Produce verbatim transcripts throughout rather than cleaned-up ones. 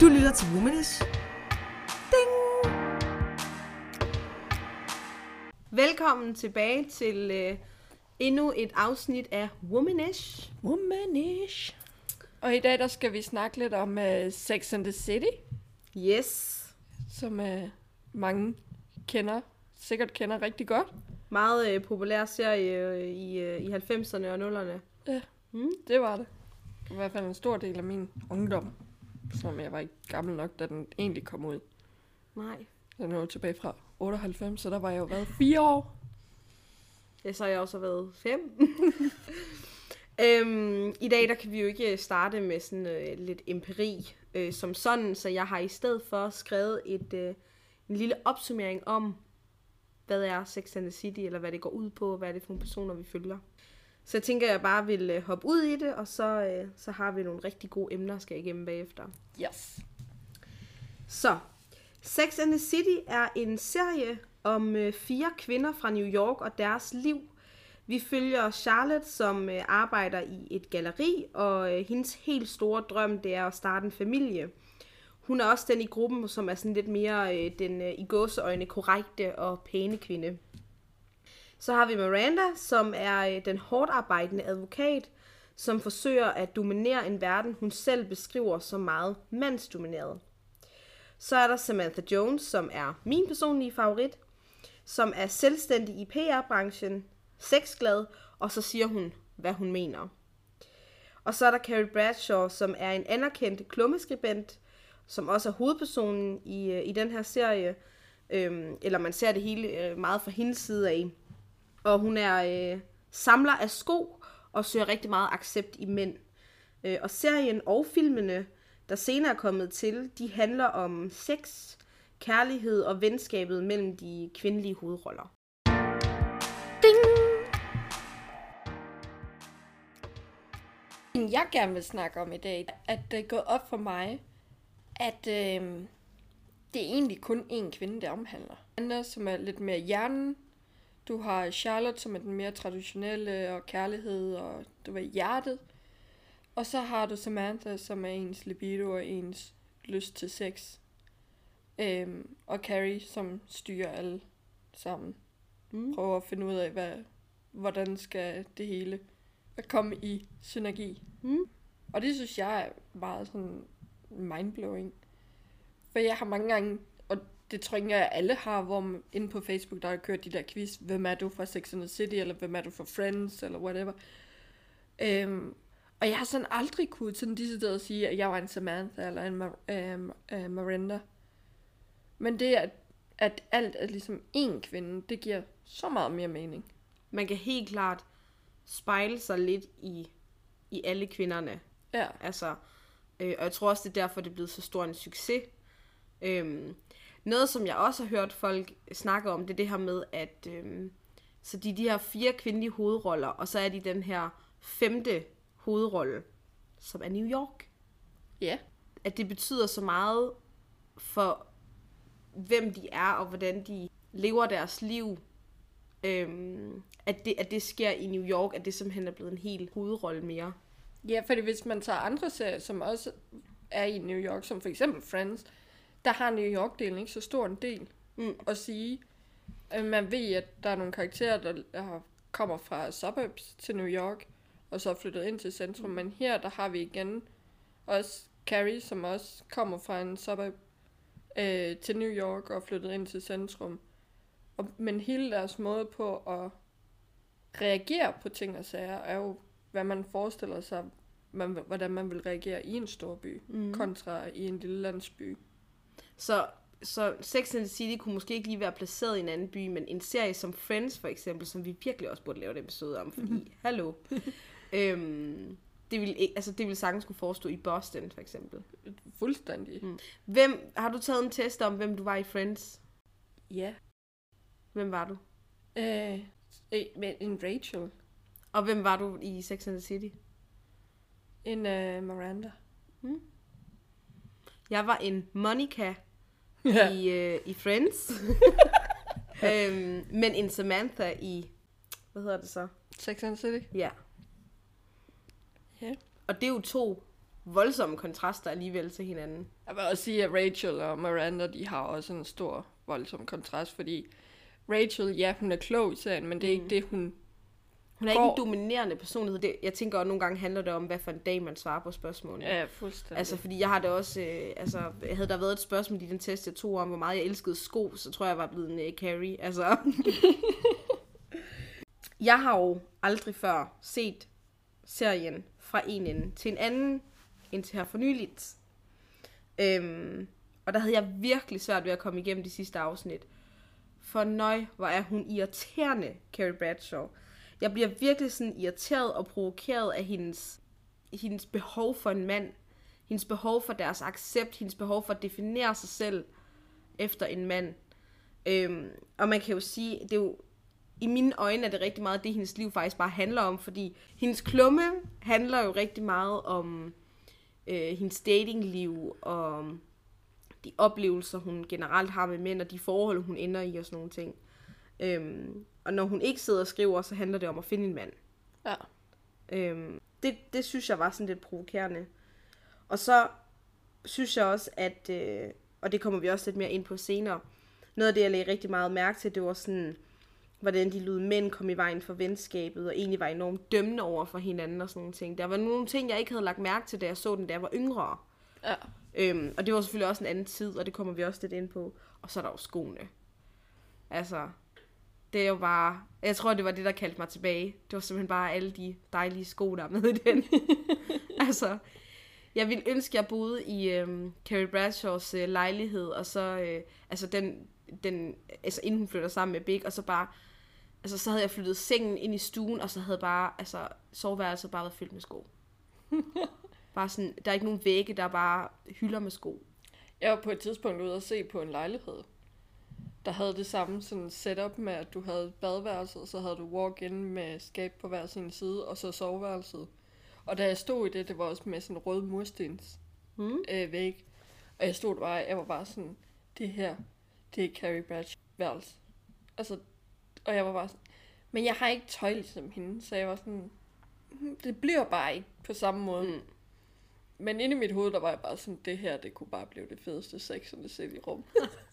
Du lytter til Womanish. Ding! Velkommen tilbage til øh, endnu et afsnit af Womanish. Womanish. Og i dag der skal vi snakke lidt om uh, Sex and the City. Yes. Som uh, mange kender, sikkert kender rigtig godt. Meget øh, populær serie øh, i, øh, i halvfemserne og nullerne. Ja, mm. det var det. I hvert fald en stor del af min ungdom. Som jeg var ikke gammel nok, da den egentlig kom ud. Nej. Den er jo tilbage fra otteoghalvfems, så der var jeg jo været fire år. Ja, så har jeg også været fem. øhm, I dag der kan vi jo ikke starte med sådan øh, lidt empiri øh, som sådan, så jeg har i stedet for skrevet et, øh, en lille opsummering om, hvad er Sex and the City, eller hvad det går ud på, hvad er det for nogle personer, vi følger. Så jeg tænker, at jeg bare vil øh, hoppe ud i det, og så, øh, så har vi nogle rigtig gode emner, skal jeg igennem bagefter. Yes. Så, Sex and the City er en serie om øh, fire kvinder fra New York og deres liv. Vi følger Charlotte, som øh, arbejder i et galleri, og øh, hendes helt store drøm, det er at starte en familie. Hun er også den i gruppen, som er sådan lidt mere øh, den øh, i gåseøjne korrekte og pæne kvinde. Så har vi Miranda, som er øh, den hårdt arbejdende advokat, som forsøger at dominere en verden, hun selv beskriver som meget mandsdomineret. Så er der Samantha Jones, som er min personlige favorit, som er selvstændig i P R-branchen, sexglad, og så siger hun, hvad hun mener. Og så er der Carrie Bradshaw, som er en anerkendt klummeskribent, som også er hovedpersonen i, i den her serie. Øhm, eller man ser det hele øh, meget fra hendes side af. Og hun er øh, samler af sko og søger rigtig meget accept i mænd. Øh, og serien og filmene, der senere er kommet til, de handler om sex, kærlighed og venskabet mellem de kvindelige hovedroller. Ding! Jeg gerne vil snakke om i dag, at det er gået op for mig, at øh, det er egentlig kun én kvinde, der omhandler. Andre, som er lidt mere hjernen. Du har Charlotte, som er den mere traditionelle, og kærlighed, og du ved, hjertet. Og så har du Samantha, som er ens libido og ens lyst til sex. Øhm, og Carrie, som styrer alle sammen. Mm. Prøver at finde ud af, hvad, hvordan skal det hele komme i synergi. Mm. Og det synes jeg er meget sådan mindblowing. For jeg har mange gange, og det tror jeg, at alle har, hvor man, inde på Facebook, der har kørt de der quiz, hvem er du fra Sex and the City, eller hvem er du fra Friends, eller whatever. Øhm, og jeg har sådan aldrig kunne sådan decideret at sige, at jeg var en Samantha, eller en Mar- øh, øh, Miranda. Men det, at, at alt er ligesom én kvinde, det giver så meget mere mening. Man kan helt klart spejle sig lidt i, i alle kvinderne. Ja. Altså, øh, og jeg tror også, det er derfor, det er blevet så stor en succes. Øhm, noget, som jeg også har hørt folk snakke om, det er det her med, at øhm, så de, de her fire kvindelige hovedroller, og så er de den her femte hovedrolle, som er New York. Ja. Yeah. At det betyder så meget for, hvem de er, og hvordan de lever deres liv. Øhm, at, det, at det sker i New York, at det simpelthen er blevet en helt hovedrolle mere. Ja, fordi hvis man tager andre serier, som også er i New York, som for eksempel Friends, der har New York-delen ikke så stor en del mm. at sige. Man ved, at der er nogle karakterer, der kommer fra suburbs til New York, og så er flyttet ind til centrum. Mm. Men her, der har vi igen også Carrie, som også kommer fra en suburb øh, til New York og flyttet ind til centrum. Og, men hele deres måde på at reagere på ting og sager, er jo, hvad man forestiller sig, man, hvordan man vil reagere i en stor by, mm. kontra i en lille landsby. Så, så Sex and the City kunne måske ikke lige være placeret i en anden by, men en serie som Friends for eksempel, som vi virkelig også burde lave et episode om, fordi, mm-hmm. hallo, øhm, det ville ikke, altså det ville sagtens kunne forestå i Boston for eksempel. Fuldstændig. Mm. Hvem, har du taget en test om, hvem du var i Friends? Ja. Hvem var du? Øh, en Rachel. Og hvem var du i Sex and the City? En uh, Miranda. Mm. Jeg var en Monica ja. i, øh, i Friends. øhm, men en Samantha i, hvad hedder det så? Sex and the City? Ja. Ja. Og det er jo to voldsomme kontraster alligevel til hinanden. Jeg vil også sige, at Rachel og Miranda, de har også en stor, voldsom kontrast, fordi Rachel, ja, hun er klog i serien, men det er mm. ikke det, hun Hun er går. ikke en dominerende personlighed. Det, jeg tænker også, at nogle gange handler det om, hvad for en dag man svarer på spørgsmålene. Ja, fuldstændig. Altså, fordi jeg har det også, øh, altså, havde der været et spørgsmål i den test, jeg tog om, hvor meget jeg elskede sko, så tror jeg, jeg var blevet en uh, Carrie. Altså. Jeg har jo aldrig før set serien fra en ende til en anden, indtil her for nyligt. Øhm, og der havde jeg virkelig svært ved at komme igennem de sidste afsnit. For nøj, hvor er hun irriterende, Carrie Bradshaw. Jeg bliver virkelig sådan irriteret og provokeret af hendes, hendes behov for en mand. Hendes behov for deres accept. Hendes behov for at definere sig selv efter en mand. Øhm, og man kan jo sige, det er jo, i mine øjne er det rigtig meget det, hendes liv faktisk bare handler om. Fordi hendes klumme handler jo rigtig meget om øh, hendes datingliv og de oplevelser, hun generelt har med mænd, og de forhold, hun ender i og sådan nogle ting. Øhm, og når hun ikke sidder og skriver, så handler det om at finde en mand. Ja. Øhm, det, det synes jeg var sådan lidt provokerende. Og så synes jeg også, at, øh, og det kommer vi også lidt mere ind på senere, noget af det, jeg lagde rigtig meget mærke til, det var sådan, hvordan de lod mænd komme i vejen for venskabet, og egentlig var enormt dømmende over for hinanden og sådan nogle ting. Der var nogle ting, jeg ikke havde lagt mærke til, da jeg så den, da jeg var yngre. Ja. Øhm, og det var selvfølgelig også en anden tid, og det kommer vi også lidt ind på. Og så er der jo skoene. Altså, det er jo bare, jeg tror, det var det, der kaldte mig tilbage. Det var simpelthen bare alle de dejlige sko, der er med i den. Altså, jeg ville ønske, jeg boede i øhm, Carrie Bradshaws øh, lejlighed, og så, øh, altså den, den, altså inden hun flytter sammen med Big, og så bare, altså så havde jeg flyttet sengen ind i stuen, og så havde bare, altså soveværelset bare været fyldt med sko. Bare sådan, der er ikke nogen vægge, der er bare hylder med sko. Jeg var på et tidspunkt ude at se på en lejlighed, der havde det samme sådan setup med, at du havde badeværelset, og så havde du walk-in med skab på hver sin side, og så soveværelset. Og da jeg stod i det, det var også med sådan en rød murstens mm. øh, væg. Og jeg stod bare, jeg var bare sådan, det her, det er Carrie Bradshaw værelse. Altså, og jeg var bare sådan, men jeg har ikke tøj ligesom hende, så jeg var sådan, det bliver bare ikke på samme måde. Mm. Men inde i mit hoved, der var jeg bare sådan, det her, det kunne bare blive det fedeste Sex and the City rum.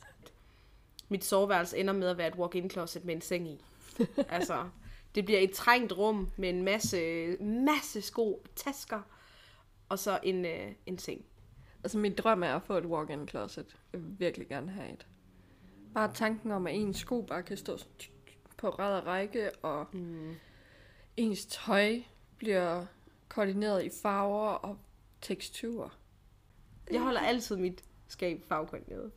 Mit soveværelse ender med at være et walk-in closet med en seng i. Altså, det bliver et trængt rum med en masse, masse sko, tasker, og så en, øh, en seng. Altså, min drøm er at få et walk-in closet. Jeg vil virkelig gerne have et. Bare tanken om, at ens sko bare kan stå på ræd og række, og mm. ens tøj bliver koordineret i farver og teksturer. Jeg holder altid mit skab farvekoordineret.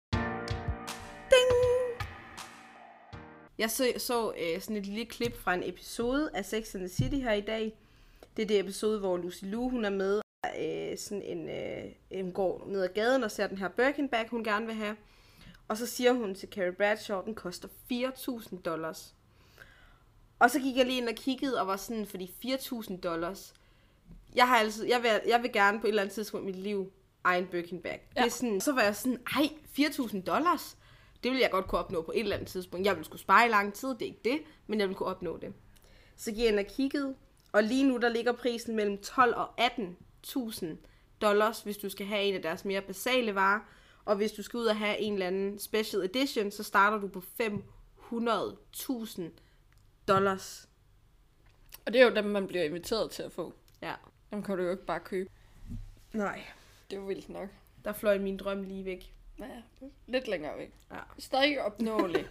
Jeg så, så øh, sådan et lille klip fra en episode af Sex and the City her i dag. Det er det episode, hvor Lucy Liu, hun er med. Øh, sådan en, øh, hun går ned ad gaden og ser den her Birkin bag, hun gerne vil have. Og så siger hun til Carrie Bradshaw, den koster fire tusind dollars. Og så gik jeg lige ind og kiggede og var sådan, fordi fire tusind dollars. Jeg har altid, jeg vil, jeg vil gerne på et eller andet tidspunkt i mit liv eje en Birkin bag. Ja. Det er sådan, så var jeg sådan, ej, fire tusind dollars? Det ville jeg godt kunne opnå på et eller andet tidspunkt. Jeg ville skulle spare i lang tid, det er ikke det, men jeg ville kunne opnå det. Så gik jeg ind og kiggede, og lige nu der ligger prisen mellem tolv og atten tusind dollars, hvis du skal have en af deres mere basale varer. Og hvis du skal ud og have en eller anden special edition, så starter du på fem hundrede tusind dollars. Og det er jo dem, man bliver inviteret til at få. Ja. Dem kan du jo ikke bare købe. Nej. Det er jo vildt nok. Der fløj min drøm lige væk. Ja, lidt længere væk. Ja. Stadig opnåelig.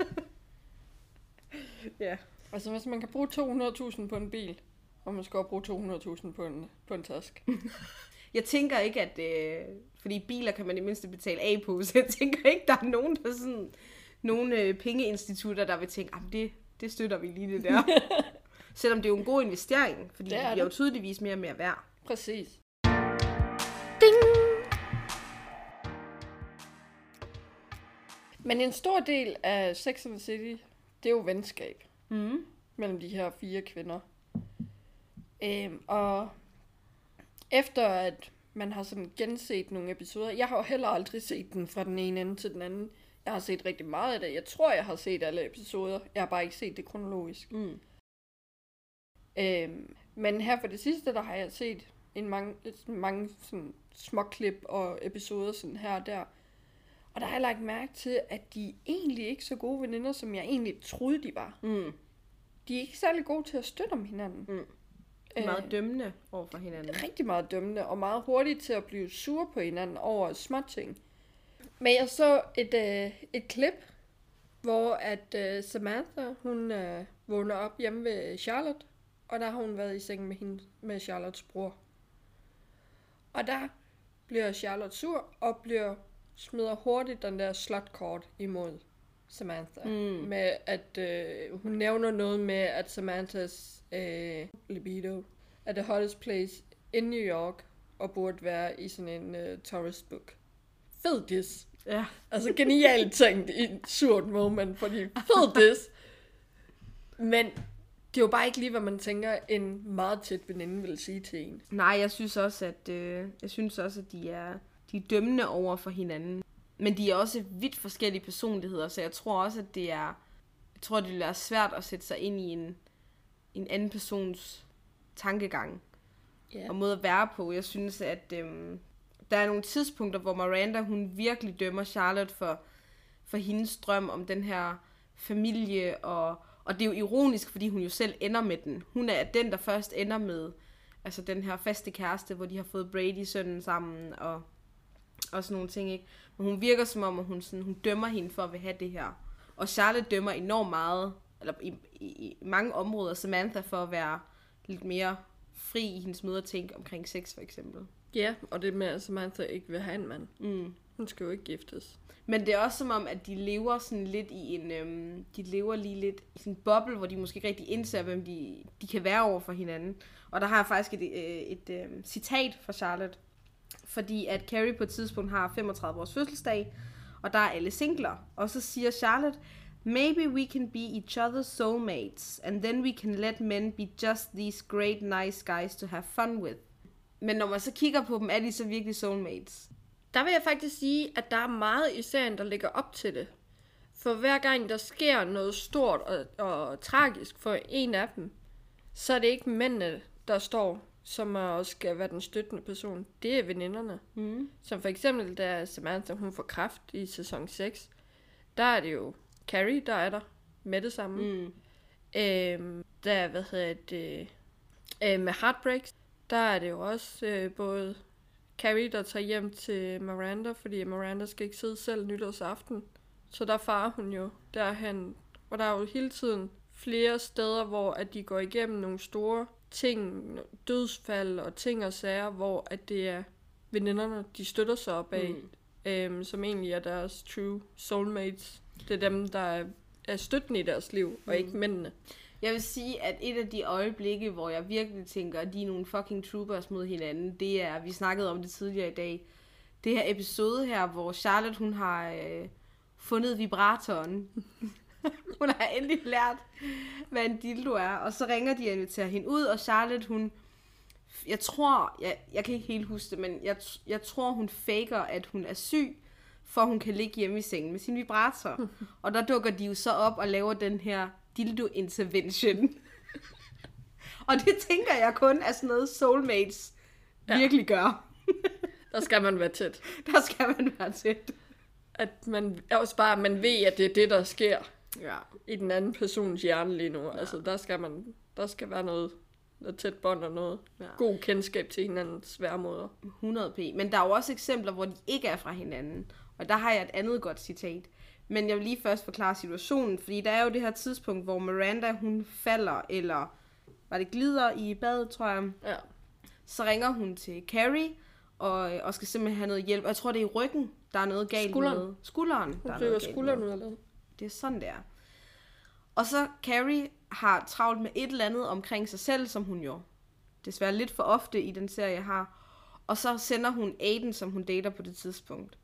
Ja. Altså, hvis man kan bruge to hundrede tusind på en bil, og man skal også bruge to hundrede tusind på en, på en task. Jeg tænker ikke, at... Øh, fordi biler kan man i mindste betale af på, så jeg tænker ikke, der er nogen, der sådan... Nogle øh, pengeinstitutter, der vil tænke, ah, det, det støtter vi lige det der. Selvom det er jo en god investering, fordi det, det bliver jo tydeligvis mere og mere værd. Præcis. Ding! Men en stor del af Sex and the City, det er jo venskab. Mm. Mellem de her fire kvinder. Øhm, og efter at man har sådan genset nogle episoder, jeg har jo heller aldrig set den fra den ene ende til den anden. Jeg har set rigtig meget af det. Jeg tror, jeg har set alle episoder. Jeg har bare ikke set det kronologisk. Mm. Øhm, men her for det sidste, der har jeg set en mange, mange sådan småklip og episoder sådan her og der. Og der har jeg lagt mærke til, at de egentlig ikke så gode veninder, som jeg egentlig troede, de var. Mm. De er ikke særlig gode til at støtte om hinanden. Mm. Meget dømmende over for hinanden. Rigtig meget dømmende, og meget hurtigt til at blive sure på hinanden over småting. Men jeg så et, øh, et klip, hvor at øh, Samantha, hun øh, vågner op hjemme ved Charlotte, og der har hun været i seng med, hende, med Charlottes bror. Og der bliver Charlotte sur, og bliver smider hurtigt den der slutkort imod Samantha. Mm. Med at øh, hun nævner noget med, at Samanthas øh, libido er the hottest place in New York, og burde være i sådan en uh, tourist book. Fed diss. Ja. Altså genialt tænkt i en surt moment, fordi fed diss. Men det er jo bare ikke lige, hvad man tænker, en meget tæt veninde vil sige til en. Nej, jeg synes også, at, øh, jeg synes også, at de er, de er dømmende over for hinanden. Men de er også vidt forskellige personligheder, så jeg tror også, at det er, jeg tror, det vil være svært at sætte sig ind i en, en anden persons tankegang Yeah. og måde at være på. Jeg synes, at øhm, der er nogle tidspunkter, hvor Miranda, hun virkelig dømmer Charlotte for, for hendes drøm om den her familie, og, og det er jo ironisk, fordi hun jo selv ender med den. Hun er den, der først ender med altså den her faste kæreste, hvor de har fået Brady-sønnen sammen, og, og sådan nogle ting, ikke? Men hun virker som om, at hun, sådan, hun dømmer hende for at vil have det her. Og Charlotte dømmer enormt meget, eller i, i, i mange områder, Samantha for at være lidt mere fri i hendes måde at tænke omkring sex, for eksempel. Ja, og det med, at Samantha ikke vil have en mand. Mm. Hun skal jo ikke giftes. Men det er også som om, at de lever sådan lidt i en, øhm, de lever lige lidt i sådan en boble, hvor de måske ikke rigtig indser, hvem de, de kan være over for hinanden. Og der har jeg faktisk et, øh, et øh, citat fra Charlotte, fordi at Carrie på et tidspunkt har femogtredive års fødselsdag, og der er alle singler. Og så siger Charlotte, maybe we can be each other's soulmates, and then we can let men be just these great nice guys to have fun with. Men når man så kigger på dem, er de så virkelig soulmates? Der vil jeg faktisk sige, at der er meget i serien, der ligger op til det. For hver gang der sker noget stort og, og tragisk for en af dem, så er det ikke mændene, der står, som også skal være den støttende person. Det er veninderne. Mm. Som for eksempel, da Samantha hun får kræft i sæson seks, der er det jo Carrie, der er der med det samme. Mm. Øhm, der, hvad hedder det, øh, med Heartbreaks, der er det jo også øh, både Carrie, der tager hjem til Miranda, fordi Miranda skal ikke sidde selv nytårsaften. Så der farer hun jo derhen, og der er jo hele tiden flere steder, hvor at de går igennem nogle store ting, dødsfald og ting og sager, hvor at det er veninderne, de støtter sig op af, mm. øhm, som egentlig er deres true soulmates. Det er dem, der er, er støtten i deres liv, og mm. ikke mændene. Jeg vil sige, at et af de øjeblikke, hvor jeg virkelig tænker, at de er nogle fucking troopers mod hinanden, det er, vi snakkede om det tidligere i dag, det her episode her, hvor Charlotte, hun har øh, fundet vibratoren. Hun har endelig lært, hvad en dildo er, og så ringer de og inviterer hende ud, og Charlotte, hun, jeg tror, jeg, jeg kan ikke helt huske det, men jeg, jeg tror, hun faker, at hun er syg, for hun kan ligge hjemme i sengen med sin vibrator. Og der dukker de jo så op og laver den her dildo-intervention. Og det tænker jeg kun er sådan noget soulmates ja. virkelig gør. Der skal man være tæt. Der skal man være tæt. At man også bare, man ved, at det er det, der sker ja. i den anden persons hjerne lige nu. Ja. Altså, der skal man, der skal være noget, noget tæt bånd og noget ja. god kendskab til hinandens væremåder. hundrede p. Men der er jo også eksempler, hvor de ikke er fra hinanden. Og der har jeg et andet godt citat. Men jeg vil lige først forklare situationen, fordi der er jo det her tidspunkt, hvor Miranda, hun falder, eller var det glider i badet, tror jeg. Ja. Så ringer hun til Carrie, og, og skal simpelthen have noget hjælp. Og jeg tror, det er i ryggen, der er noget galt skulderen. med. Skulderen. Hun der driver skulderen ud af det. Det er sådan, det er. Og så Carrie har travlt med et eller andet omkring sig selv, som hun jo desværre lidt for ofte i den serie har. Og så sender hun Aiden, som hun dater på det tidspunkt.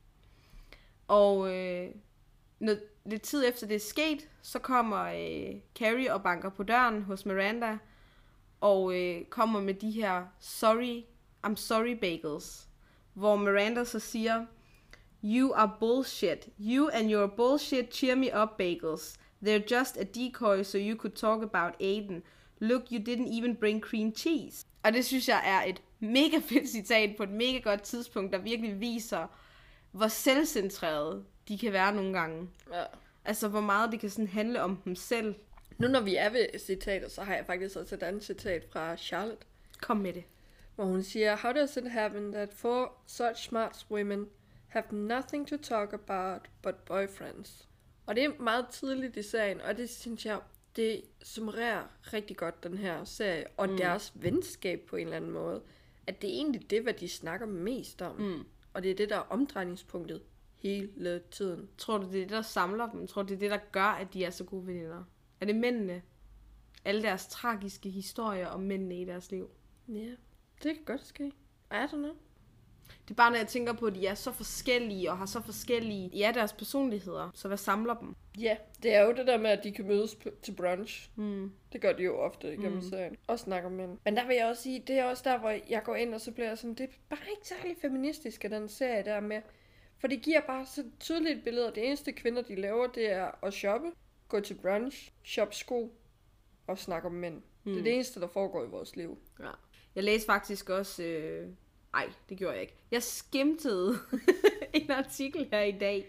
Og øh, noget, lidt tid efter det er sket, så kommer øh, Carrie og banker på døren hos Miranda, og øh, kommer med de her sorry, I'm sorry bagels, hvor Miranda så siger, you are bullshit. You and your bullshit cheer me up bagels. They're just a decoy so you could talk about Aiden. Look, you didn't even bring cream cheese. Og det synes jeg er et mega fedt citat på et mega godt tidspunkt, der virkelig viser, hvor selvcentrerede de kan være nogle gange. Ja. Altså, hvor meget det kan sådan handle om dem selv. Nu når vi er ved citater, så har jeg faktisk også et andet citat fra Charlotte. Kom med det. Hvor hun siger, how does it happen that four such smart women have nothing to talk about but boyfriends? Og det er meget tidligt i serien, og det synes jeg, det summererer rigtig godt den her serie, og mm. deres venskab på en eller anden måde. At det er egentlig det, hvad de snakker mest om. Mm. Og det er det, der er omdrejningspunktet hele tiden. Tror du, det er det, der samler dem? Tror du, det er det, der gør, at de er så gode veninder? Er det mændene? Alle deres tragiske historier om mændene i deres liv? Ja, det kan godt ske. Er det noget? Det er bare, når jeg tænker på, at de er så forskellige, og har så forskellige, ja, deres personligheder. Så hvad samler dem? Ja, det er jo det der med, at de kan mødes på, til brunch. Mm. Det gør de jo ofte igennem mm. serien. Og snakker med mænd. Men der vil jeg også sige, det er også der, hvor jeg går ind, og så bliver jeg sådan, det er bare ikke særlig feministisk af den serie der med. For det giver bare så tydeligt et billede, at det eneste kvinder, de laver, det er at shoppe, gå til brunch, shoppe sko og snakke om mænd. Mm. Det er det eneste, der foregår i vores liv. Ja. Jeg læste faktisk også... Øh... Ej, det gjorde jeg ikke. Jeg skimtede en artikel her i dag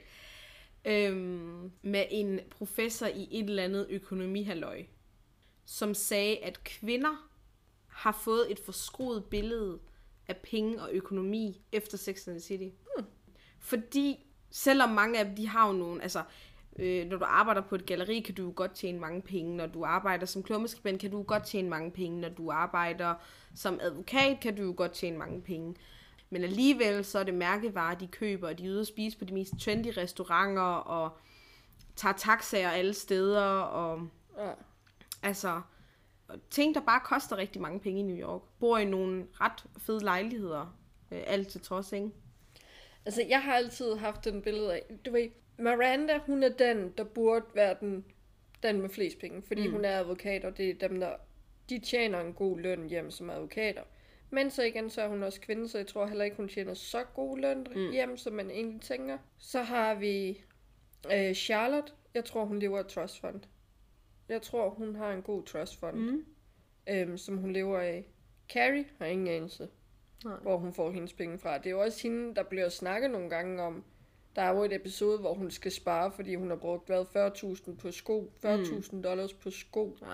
øhm, med en professor i et eller andet økonomihalløj, som sagde, at kvinder har fået et forskruet billede af penge og økonomi efter Sex and the City. Hmm. Fordi selvom mange af dem, de har jo nogle... Altså, øh, når du arbejder på et galleri, kan du jo godt tjene mange penge. Når du arbejder som klummeskribent, kan du jo godt tjene mange penge. Når du arbejder som advokat, kan du jo godt tjene mange penge. Men alligevel så er det mærkevarer, de køber, og de er ude at spise på de mest trendy restauranter, og tager taxaer alle steder, og ja. altså ting, der bare koster rigtig mange penge i New York. Bor i nogle ret fede lejligheder, øh, alt til trods, ikke? Altså, jeg har altid haft den billede af, du ved, Miranda, hun er den, der burde være den, den med flest penge, fordi mm. hun er advokat, og det er dem, der, de tjener en god løn hjem som advokater. Men så igen, så er hun også kvinde, så jeg tror heller ikke, hun tjener så god løn mm. hjem, som man egentlig tænker. Så har vi øh, Charlotte. Jeg tror, hun lever af trust fund. Jeg tror, hun har en god trust fund, mm. øhm, som hun lever af. Carrie har ingen anelse, Nej. hvor hun får hendes penge fra. Det er jo også hende, der bliver snakket nogle gange om. Der er jo et episode, hvor hun skal spare, fordi hun har brugt hvad, fyrre tusind på sko. fyrre tusind dollars på sko. Ja.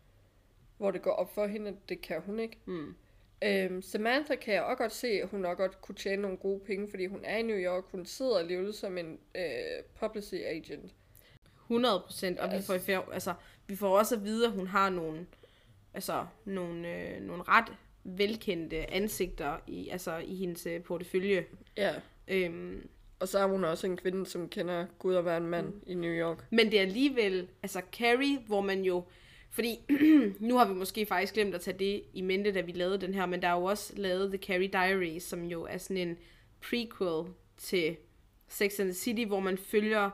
Hvor det går op for hende, at det kan hun ikke. Mm. Øhm, Samantha kan jeg også godt se, at hun nok godt kunne tjene nogle gode penge, fordi hun er i New York. Hun sidder og lever som en øh, publicity agent. hundrede procent. Og yes. vi, får, altså, vi får også at vide, at hun har nogle, altså, nogle, øh, nogle ret velkendte ansigter i, altså, i hendes øh, portefølje. Ja. Øhm, og så er hun også en kvinde, som kender Gud at være en mand mm. i New York. Men det er alligevel, altså Carrie, hvor man jo... Fordi nu har vi måske faktisk glemt at tage det i mente, da vi lavede den her, men der er jo også lavet The Carrie Diaries, som jo er sådan en prequel til Sex and the City, hvor man følger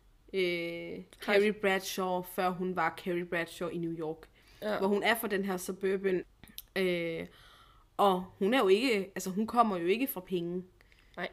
øh, Carrie Bradshaw, før hun var Carrie Bradshaw i New York. Ja. Hvor hun er fra den her suburban, øh, og hun er jo ikke, altså hun kommer jo ikke fra penge. Nej.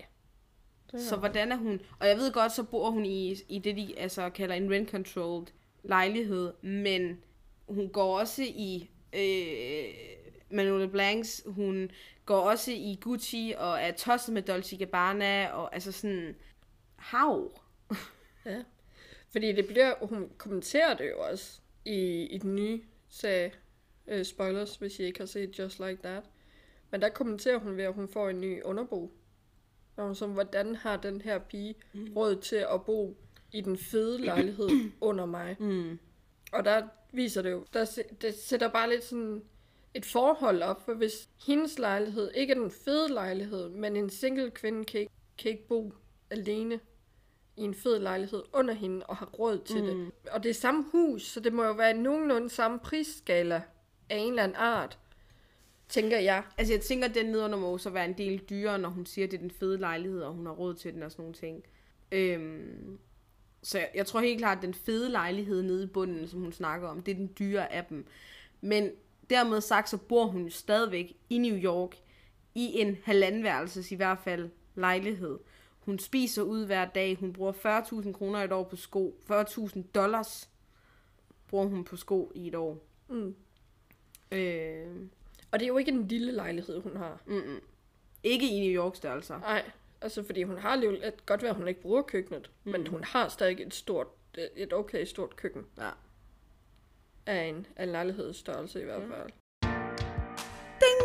Så hvordan er hun, og jeg ved godt, så bor hun i, i det, de altså kalder en rent-controlled lejlighed, men hun går også i øh, Manuela Blancs, hun går også i Gucci, og er tosset med Dolce Gabbana, og altså sådan, hav. Ja, fordi det bliver, hun kommenterer det jo også i, i den nye serie, uh, spoilers, hvis I ikke har set Just Like That, men der kommenterer hun ved, at hun får en ny underbo, og hun som, hvordan har den her pige mm. råd til at bo i den fede lejlighed under mig. Mm. Og der viser det jo, der det sætter bare lidt sådan et forhold op, for hvis hendes lejlighed ikke er den fede lejlighed, men en single kvinde kan ikke, kan ikke bo alene i en fed lejlighed under hende og har råd til mm. det. Og det er samme hus, så det må jo være nogenlunde samme prisskala af en eller anden art, tænker jeg. Altså jeg tænker, at den nedenunder må så være en del dyrere, når hun siger, at det er den fede lejlighed, og hun har råd til den og sådan nogle ting. Øhm... Så jeg, jeg tror helt klart, at den fede lejlighed nede i bunden, som hun snakker om, det er den dyre af dem. Men dermed sagt, så bor hun jo stadigvæk i New York, i en halvandenværelses i hvert fald lejlighed. Hun spiser ud hver dag, hun bruger fyrre tusind kroner et år på sko, fyrre tusind dollars bruger hun på sko i et år. Mm. Øh. Og det er jo ikke en lille lejlighed, hun har. Mm-mm. Ikke i New York størrelser. Nej, altså fordi hun har alligevel, at godt være, at hun ikke bruger køkkenet, mm. men hun har stadig et stort, et okay stort køkken. Ja. Af en, af en lejlighedsstørrelse i hvert fald. Ja. Ding!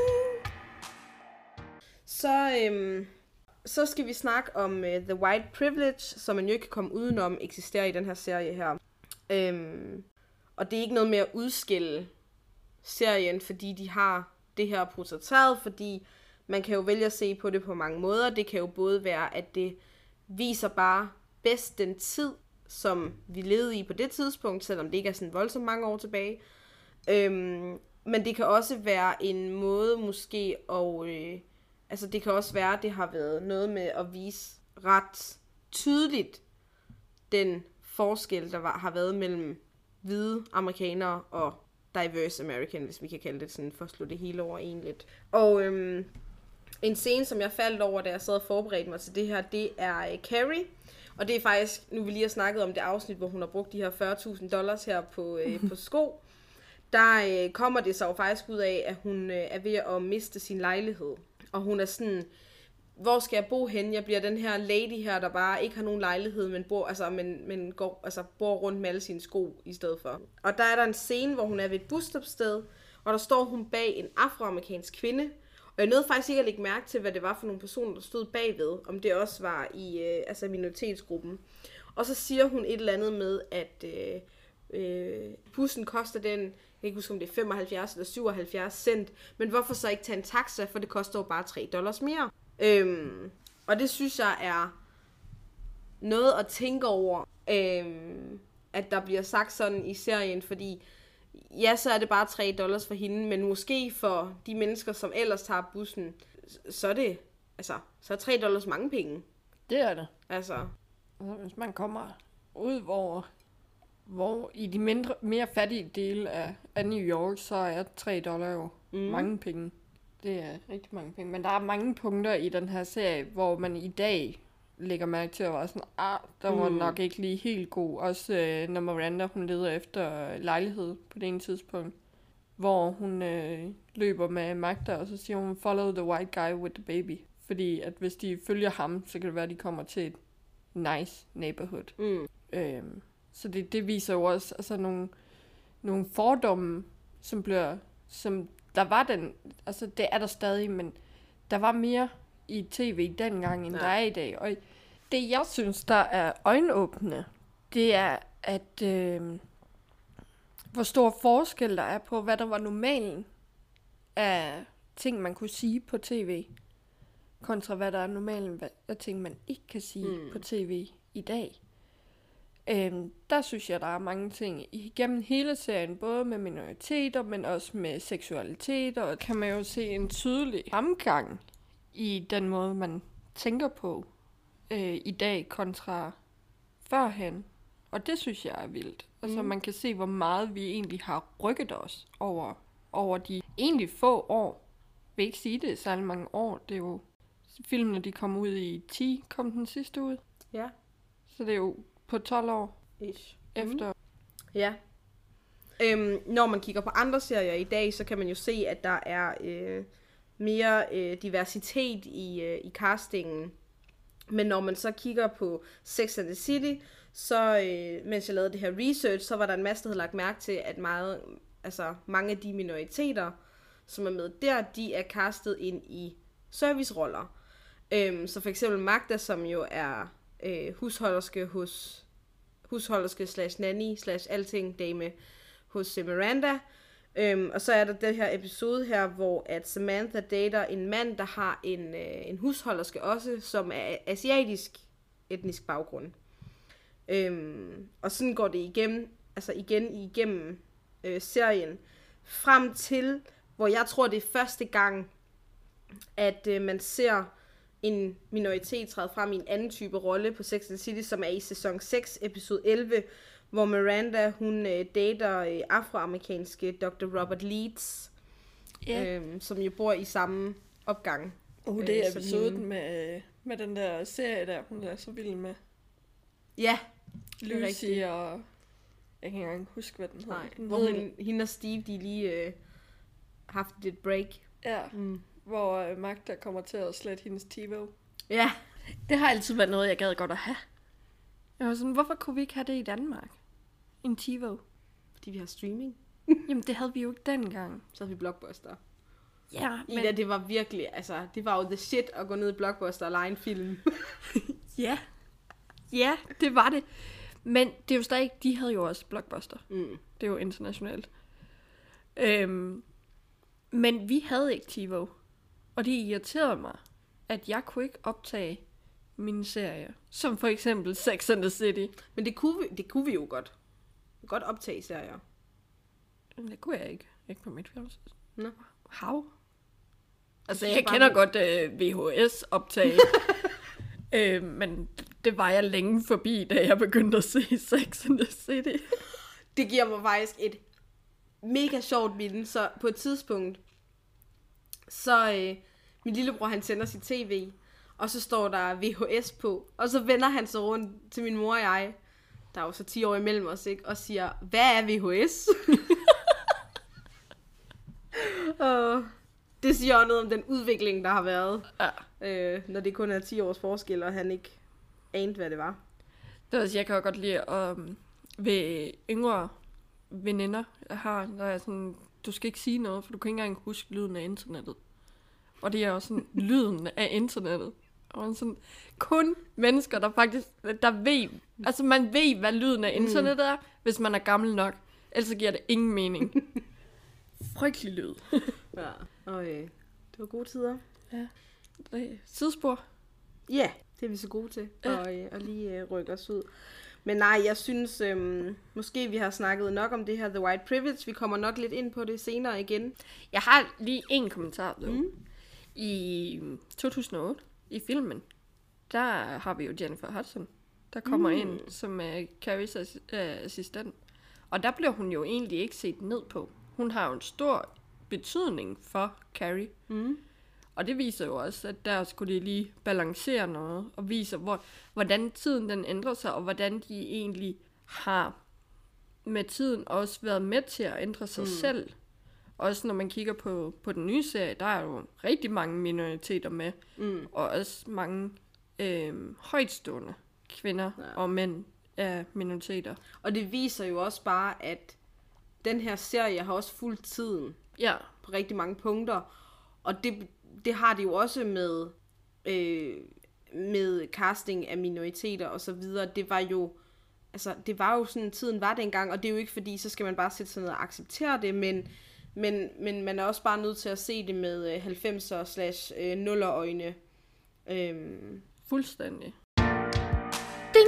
Så, øhm, så skal vi snakke om uh, The White Privilege, som man jo ikke kan komme udenom eksisterer i den her serie her. Øhm, og det er ikke noget med at udskille serien, fordi de har det her portrætteret, fordi man kan jo vælge at se på det på mange måder. Det kan jo både være, at det viser bare bedst den tid, som vi levede i på det tidspunkt, selvom det ikke er sådan voldsomt mange år tilbage. Øhm, men det kan også være en måde måske at... Øh, altså det kan også være, at det har været noget med at vise ret tydeligt den forskel, der var, har været mellem hvide amerikanere og diverse American, hvis vi kan kalde det sådan, for at slå det hele over en lidt. Og øhm, en scene, som jeg faldt over, da jeg sad og forberedte mig til det her, det er uh, Carrie. Og det er faktisk, nu vi lige har snakket om det afsnit, hvor hun har brugt de her fyrre tusind dollars her på, øh, på sko. Der øh, kommer det så jo faktisk ud af, at hun øh, er ved at miste sin lejlighed. Og hun er sådan, hvor skal jeg bo henne? Jeg bliver den her lady her, der bare ikke har nogen lejlighed, men bor, altså, men, men går, altså, bor rundt med alle sine sko i stedet for. Og der er der en scene, hvor hun er ved et busstopsted, og der står hun bag en afroamerikansk kvinde. Og jeg nåede faktisk ikke at lægge mærke til, hvad det var for nogle personer, der stod bagved, om det også var i øh, altså minoritetsgruppen. Og så siger hun et eller andet med, at øh, øh, bussen koster den, jeg kan ikke huske, om det er femoghalvfjerds eller syvoghalvfjerds cent, men hvorfor så ikke tage en taxa, for det koster jo bare tre dollars mere. Øhm, og det synes jeg er noget at tænke over, øhm, at der bliver sagt sådan i serien, fordi ja, så er det bare tre dollars for hende, men måske for de mennesker, som ellers tager bussen, så er det, altså, så er tre dollars mange penge. Det er det. Altså. Hvis man kommer ud, hvor, hvor i de mindre, mere fattige dele af, af New York, så er tre dollar jo mm. mange penge. Det er rigtig mange penge. Men der er mange punkter i den her serie, hvor man i dag lægger mærke til at være sådan, ah, der var mm. nok ikke lige helt god. Også øh, når Miranda, hun leder efter lejlighed på det ene tidspunkt, hvor hun øh, løber med Magda, og så siger hun, follow the white guy with the baby. Fordi at hvis de følger ham, så kan det være, at de kommer til et nice neighborhood. Mm. Øhm, så det, det viser jo også altså, nogle, nogle fordomme, som bliver, som der var den, altså det er der stadig, men der var mere i tv dengang, end ja. Der er i dag. Og det, jeg synes, der er øjenåbne, det er, at øh, hvor stor forskel der er på, hvad der var normalen af ting, man kunne sige på tv, kontra hvad der er normalen af ting, man ikke kan sige mm. på tv i dag. Øhm, der synes jeg, der er mange ting igennem hele serien, både med minoriteter, men også med seksualitet, og kan man jo se en tydelig fremgang i den måde, man tænker på øh, i dag kontra førhen. Og det synes jeg er vildt. Altså mm. man kan se, hvor meget vi egentlig har rykket os over, over de egentlig få år. Jeg vil ikke sige det særlig mange år. Det er jo filmene, de kom ud i ti, kom den sidste ud. Ja. Så det er jo på tolv år Ish. efter. Mm. Ja. Øhm, når man kigger på andre serier i dag, så kan man jo se, at der er øh, mere øh, diversitet i, øh, i castingen. Men når man så kigger på Sex and the City, så øh, mens jeg lavede det her research, så var der en masse, der havde lagt mærke til, at meget, altså, mange af de minoriteter, som er med der, de er castet ind i serviceroller. Øhm, så for eksempel Magda, som jo er øh, husholderske hos husholderske slash nanny slash alting dame hos Miranda. Øhm, og så er der den her episode her, hvor at Samantha dater en mand, der har en, øh, en husholderske også, som er asiatisk etnisk baggrund. Øhm, og sådan går det igennem, altså igen igennem øh, serien, frem til, hvor jeg tror, det er første gang, at øh, man ser en minoritet træde frem i en anden type rolle på Sex and the City, som er i sæson seks, episode elleve, hvor Miranda, hun øh, dater øh, afroamerikanske doktor Robert Leeds, yeah. øh, som jo bor i samme opgang. Uh, det er øh, episoden med, med den der serie der, hun er så vild med. Ja, Lucy og... Jeg kan ikke engang huske, hvad den hedder. Nej, den hvor hun, hende og Steve, de lige... Øh, haft et break. Ja, mm. hvor øh, Magda kommer til at slette hendes TiVo. Ja. Det har altid været noget, jeg gad godt at have. Jeg var sådan, hvorfor kunne vi ikke have det i Danmark? En TiVo. Fordi vi har streaming. Jamen, det havde vi jo ikke dengang. Så havde vi Blockbuster. Ja, men... Ida, det var virkelig, altså, det var jo the shit at gå ned i Blockbuster og lege en film. ja. Ja, det var det. Men det er jo stadig, de havde jo også Blockbuster. Mm. Det er jo internationalt. Øhm, men vi havde ikke TiVo. Og det irriterede mig, at jeg kunne ikke optage mine serier. Som for eksempel Sex and the City. Men det kunne vi, det kunne vi jo godt. Godt optage serier. Men det kunne jeg ikke. Ikke på mit fjernsyns. Nå. How? Altså, jeg kender det. godt uh, V H S-optag. øh, men det var jeg længe forbi, da jeg begyndte at se Sex and the City. Det giver mig faktisk et mega sjovt minde. Så på et tidspunkt, så øh, min lillebror, han sender sit tv, og så står der V H S på, og så vender han sig rundt til min mor og jeg, der er jo så ti år imellem os, ikke, og siger, hvad er V H S? Og det siger også noget om den udvikling, der har været, ja. øh, når det kun er ti års forskel, og han ikke anede, hvad det var. Det er, jeg kan jo godt lide at um, ved yngre veninder, jeg har, når jeg sådan, du skal ikke sige noget, for du kan ikke engang huske lyden af internettet. Og det er også sådan, lyden af internettet. Og sådan, kun mennesker, der faktisk, der ved, altså man ved, hvad lyden af internettet er, hvis man er gammel nok. Ellers giver det ingen mening. Frygtelig lyd. Ja, og øh, det var gode tider. Ja. Sidespor. Ja, yeah, det er vi så gode til, ja. og, øh, og lige øh, rykke os ud. Men nej, jeg synes, øh, måske vi har snakket nok om det her The White Privilege. Vi kommer nok lidt ind på det senere igen. Jeg har lige en kommentar, dog. Mm. I to tusind og otte, i filmen, der har vi jo Jennifer Hudson, der kommer mm. ind som uh, Carries uh, assistent. Og der bliver hun jo egentlig ikke set ned på. Hun har jo en stor betydning for Carrie. Mm. Og det viser jo også, at der skulle de lige balancere noget, og viser, hvor, hvordan tiden den ændrer sig, og hvordan de egentlig har med tiden også været med til at ændre sig mm. selv. Også når man kigger på, på den nye serie, der er jo rigtig mange minoriteter med, mm. og også mange øh, højtstående kvinder ja. og mænd af minoriteter. Og det viser jo også bare, at den her serie har også fulgt tiden ja. på rigtig mange punkter, og det, det har det jo også med, øh, med casting af minoriteter og så videre. Det var jo, altså, det var jo sådan, tiden var dengang, og det er jo ikke fordi, så skal man bare sætte sig ned og acceptere det, men Men, men man er også bare nødt til at se det med halvfemser slash nuller øjne. Øhm. Fuldstændig. Ding!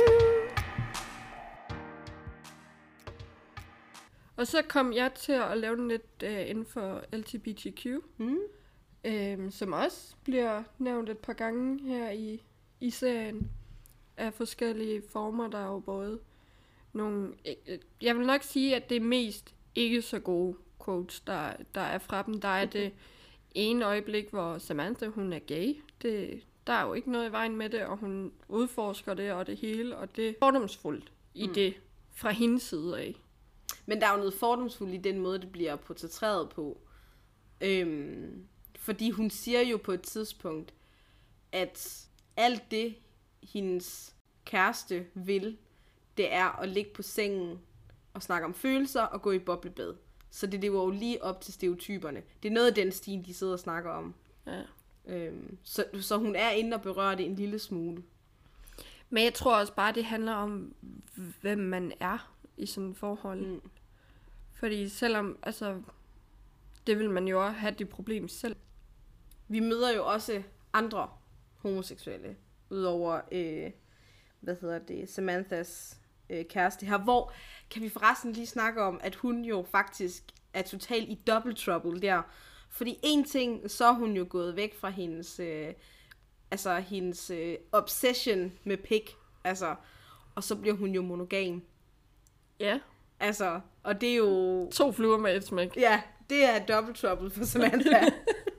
Og så kom jeg til at lave den lidt uh, inden for L G B T Q. Mm. Øhm, som også bliver nævnt et par gange her i, i serien. Af forskellige former, der er jo både nogle... Jeg vil nok sige, at det er mest ikke så gode quotes, der, der er fra dem. Der er det ene øjeblik, hvor Samantha, hun er gay. Det, der er jo ikke noget i vejen med det, og hun udforsker det og det hele, og det er fordomsfuldt i mm. det fra hendes side af. Men der er jo noget fordomsfuldt i den måde, det bliver portrætteret på. Øhm, fordi hun siger jo på et tidspunkt, at alt det, hendes kæreste vil, det er at ligge på sengen og snakke om følelser og gå i boblebad. Så det lever jo lige op til stereotyperne. Det er noget af den stil, de sidder og snakker om. Ja. Øhm, så, så hun er inde og berører det en lille smule. Men jeg tror også bare, det handler om, hvem man er i sådan et forhold. Mm. Fordi selvom, altså, det vil man jo også have det problem selv. Vi møder jo også andre homoseksuelle, udover, øh, hvad hedder det, Samanthas øh, kæreste her, hvor kan vi forresten lige snakke om, at hun jo faktisk er totalt i double trouble der. Fordi en ting, så er hun jo gået væk fra hendes, øh, altså hendes øh, obsession med pik, altså, og så bliver hun jo monogam. Ja. Altså, og det er jo... To fluer med et smæk. Ja, det er double trouble for Samantha.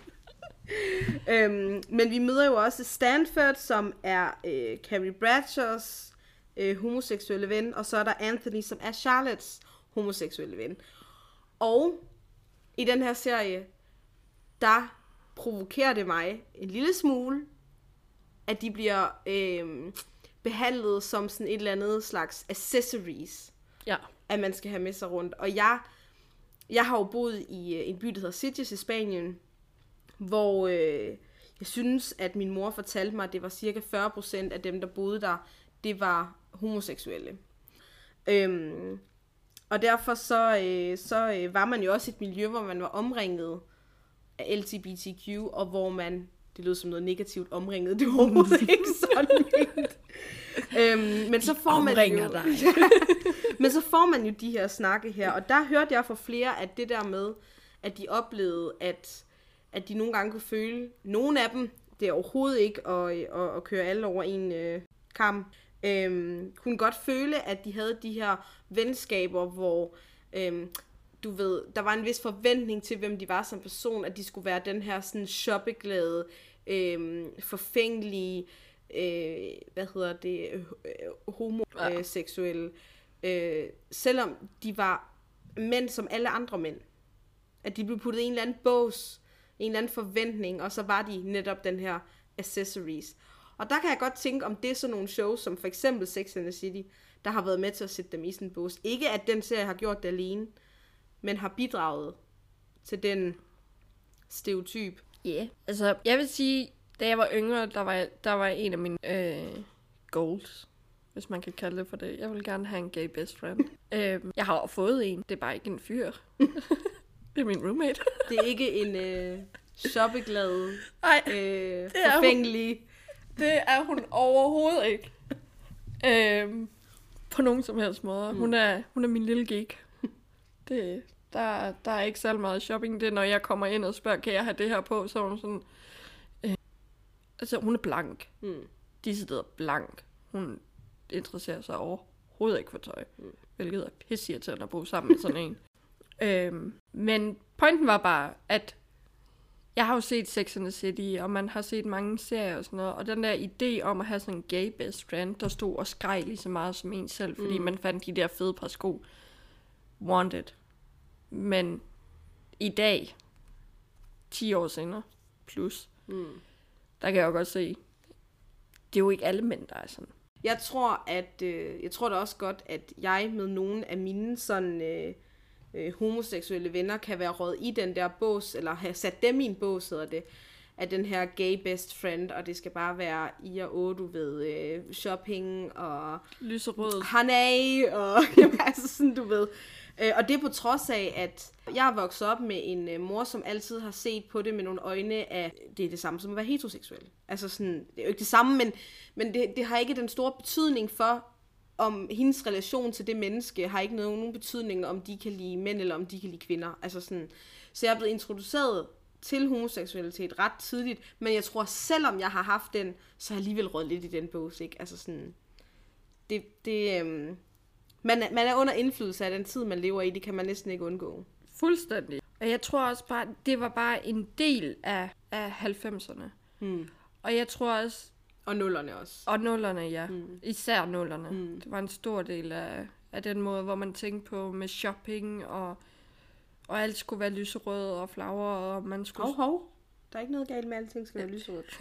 øhm, men vi møder jo også Stanford, som er øh, Carrie Bradshaws øh, homoseksuelle ven, og så er der Anthony, som er Charlottes homoseksuelle ven. Og i den her serie, der provokerer det mig en lille smule, at de bliver øh, behandlet som sådan et eller andet slags accessories, Ja. at man skal have med sig rundt. Og jeg, jeg har jo boet i øh, en by, der hedder Sitges i Spanien, hvor øh, jeg synes, at min mor fortalte mig, at det var cirka fyrre procent af dem, der boede der, det var homoseksuelle. Øhm, og derfor så, øh, så øh, var man jo også et miljø, hvor man var omringet af L G B T Q, og hvor man, det lød som noget negativt, omringet, det var overhovedet ikke sådan ment. øhm, men så får man jo, dig. men så får man jo de her snakke her, og der hørte jeg fra flere, at det der med, at de oplevede, at, at de nogle gange kunne føle, nogle af dem, det er overhovedet ikke at, at, at køre alle over en øh, kam, øhm, kunne godt føle, at de havde de her venskaber, hvor øhm, du ved, der var en vis forventning til, hvem de var som person, at de skulle være den her sådan shoppeglade, øhm, forfængelige, øh, hvad hedder det, øh, homoseksuelle, øh, selvom de var mænd som alle andre mænd. At de blev puttet i en eller anden bås, en eller anden forventning, og så var de netop den her accessories. Og der kan jeg godt tænke, om det er sådan nogle shows, som for eksempel Sex and the City, der har været med til at sætte dem i sådan en bås. Ikke at den serie har gjort det alene, men har bidraget til den stereotyp. Ja, yeah. Altså jeg vil sige, da jeg var yngre, der var, der var en af mine øh, goals, hvis man kan kalde det for det. Jeg vil gerne have en gay best friend. øh, jeg har jo fået en, det er bare ikke en fyr. Det er min roommate. Det er ikke en øh, shoppeglad, Ej, øh, forfængelig. Det er hun overhovedet ikke. Øhm, på nogen som helst måde. Mm. Hun, er, hun er min lille geek. Det, der, der er ikke særlig meget shopping. Det er, når jeg kommer ind og spørger, kan jeg have det her på? Så er hun sådan... Øh, altså, hun er blank. Mm. De sidder blank. Hun interesserer sig overhovedet ikke for tøj. Mm. Hvilket er pisseirriterende at bo sammen med sådan en. øhm, men pointen var bare, at jeg har jo set Sex and the City, og man har set mange serier og sådan noget, og den der idé om at have sådan en gay best friend, der stod og skreg lige så meget som en selv, fordi mm. man fandt de der fede par sko. Wanted. Men i dag, ti år senere, plus, mm. der kan jeg jo godt se, det er jo ikke alle mænd, der er sådan. Jeg tror, at øh, jeg tror da også godt, at jeg med nogle af mine sådan... Øh, Øh, homoseksuelle venner kan være røget i den der bås, eller have sat dem i en bås, hedder det, af den her gay best friend, og det skal bare være I og O, du ved, øh, shopping, og lyserød, hanay, og jamen, altså sådan, du ved. Øh, og det er på trods af, at jeg er vokset op med en øh, mor, som altid har set på det med nogle øjne af, det er det samme som at være heteroseksuel. Altså sådan, det er jo ikke det samme, men, men det, det har ikke den store betydning for, om hendes relation til det menneske har ikke nogen betydning, om de kan lide mænd, eller om de kan lide kvinder. Altså sådan, så jeg er blevet introduceret til homoseksualitet ret tidligt, men jeg tror, selvom jeg har haft den, så har jeg alligevel røget lidt i den bås, ikke? Altså sådan, det, det, øhm, man, er, man er under indflydelse af den tid, man lever i, det kan man næsten ikke undgå. Fuldstændig. Og jeg tror også bare, det var bare en del af, af halvfemserne. Hmm. Og jeg tror også, og nullerne også. Og nullerne, ja. Mm. Især nullerne. Mm. Det var en stor del af, af den måde, hvor man tænkte på med shopping, og, og alt skulle være lyserød og flower, og man skulle... Hov, hov. Der er ikke noget galt med, at alting skal være lyserødt.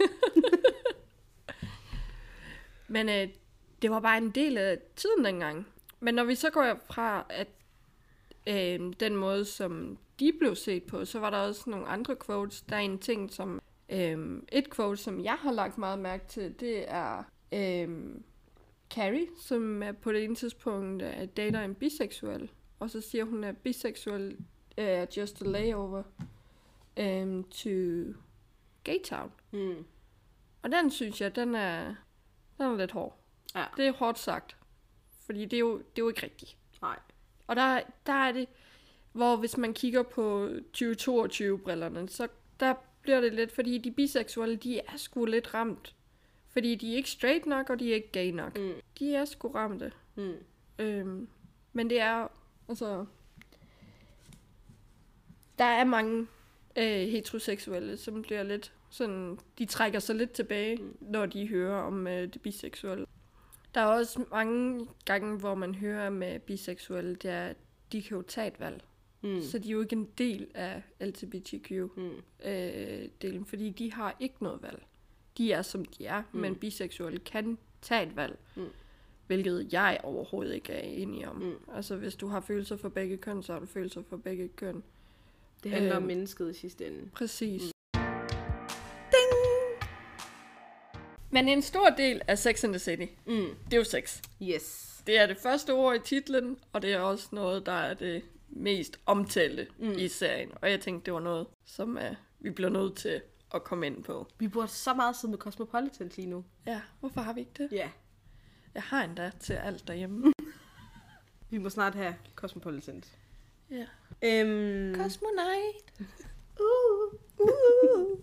Men øh, det var bare en del af tiden dengang. Men når vi så går fra, at øh, den måde, som de blev set på, så var der også nogle andre quotes. Der er en ting, som... Øhm, et quote, som jeg har lagt meget mærke til, det er øhm, Carrie, som er på det ene tidspunkt uh, dater en biseksuel, og så siger hun, at biseksuel er uh, just a layover um, to Gay Town. Mm. Og den synes jeg, den er, den er lidt hård. Ja. Det er hårdt sagt, fordi det er jo, det er jo ikke rigtigt. Nej. Og der, der er det, hvor hvis man kigger på tyve toogtyve-brillerne, så der bliver det lidt, fordi de biseksuelle, de er sgu lidt ramt. Fordi de er ikke straight nok, og de er ikke gay nok. Mm. De er sgu ramte. Mm. Øhm, men det er, altså... Der er mange øh, heteroseksuelle, som bliver lidt sådan... De trækker sig lidt tilbage, mm. når de hører om øh, det biseksuelle. Der er også mange gange, hvor man hører med biseksuelle, det er, de kan jo tage et valg. Mm. Så de er jo ikke en del af L G B T Q-delen, mm. øh, fordi de har ikke noget valg. De er, som de er, mm. men biseksuelle kan tage et valg. Mm. Hvilket jeg overhovedet ikke er enig om. Mm. Altså, hvis du har følelser for begge køn, så har du følelser for begge køn. Det handler øh, om mennesket i sidste ende. Præcis. Mm. Ding! Men en stor del af Sex and the City, mm. det er jo sex. Yes. Det er det første ord i titlen, og det er også noget, der er det mest omtalte mm. i serien. Og jeg tænkte, det var noget, som uh, vi bliver nødt til at komme ind på. Vi burde så meget sidde med Cosmopolitan lige nu. Ja, hvorfor har vi ikke det? Ja. Yeah. Jeg har endda til alt derhjemme. Vi må snart have Cosmopolitan. Ja. Øhm... Cosmonite. uh, uh.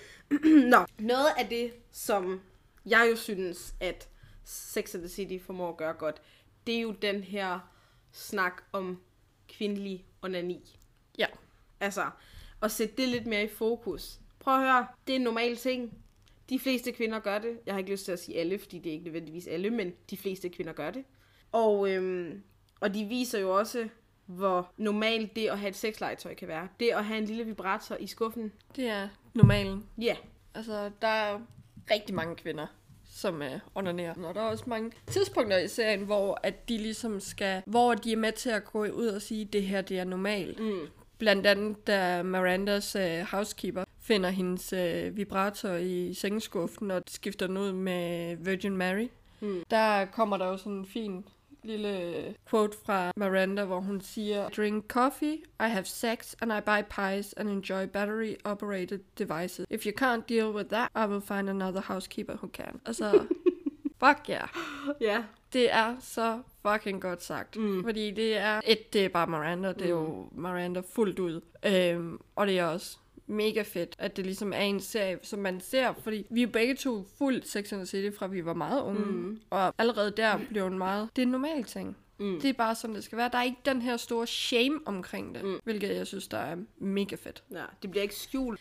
Nå, noget af det, som jeg jo synes, at Sex and the City formår at gøre godt, det er jo den her snak om kvindelig onani. Ja. Altså, at sætte det lidt mere i fokus. Prøv at høre, det er en normal ting. De fleste kvinder gør det. Jeg har ikke lyst til at sige alle, fordi det er ikke nødvendigvis alle, men de fleste kvinder gør det. Og, øhm, og de viser jo også, hvor normalt det at have et sexlegetøj kan være. Det at have en lille vibrator i skuffen. Det er normalen. Ja. Yeah. Altså, der er rigtig mange kvinder, som er onanerer. Og der er også mange tidspunkter i serien, hvor at de ligesom skal, hvor de er med til at gå ud og sige, at det her, det er normalt. Mm. Blandt andet, da Mirandas uh, housekeeper finder hendes uh, vibrator i sengeskuffen og skifter den ud med Virgin Mary. Mm. Der kommer der jo sådan en fin lille quote fra Miranda, hvor hun siger, drink coffee, I have sex, and I buy pies and enjoy battery-operated devices. If you can't deal with that, I will find another housekeeper who can. Altså, fuck yeah. Ja. Yeah. Det er så fucking godt sagt. Mm. Fordi det er, et, det er bare Miranda, det er jo Miranda fuldt ud. Øhm, og det er også mega fedt, at det ligesom er en serie, som man ser, fordi vi er begge to fuldt Sex and the City, fra vi var meget unge, mm. og allerede der blev en meget, det er en normal ting. Mm. Det er bare sådan, det skal være. Der er ikke den her store shame omkring det, mm. hvilket jeg synes, der er mega fedt. Ja, det bliver ikke skjult.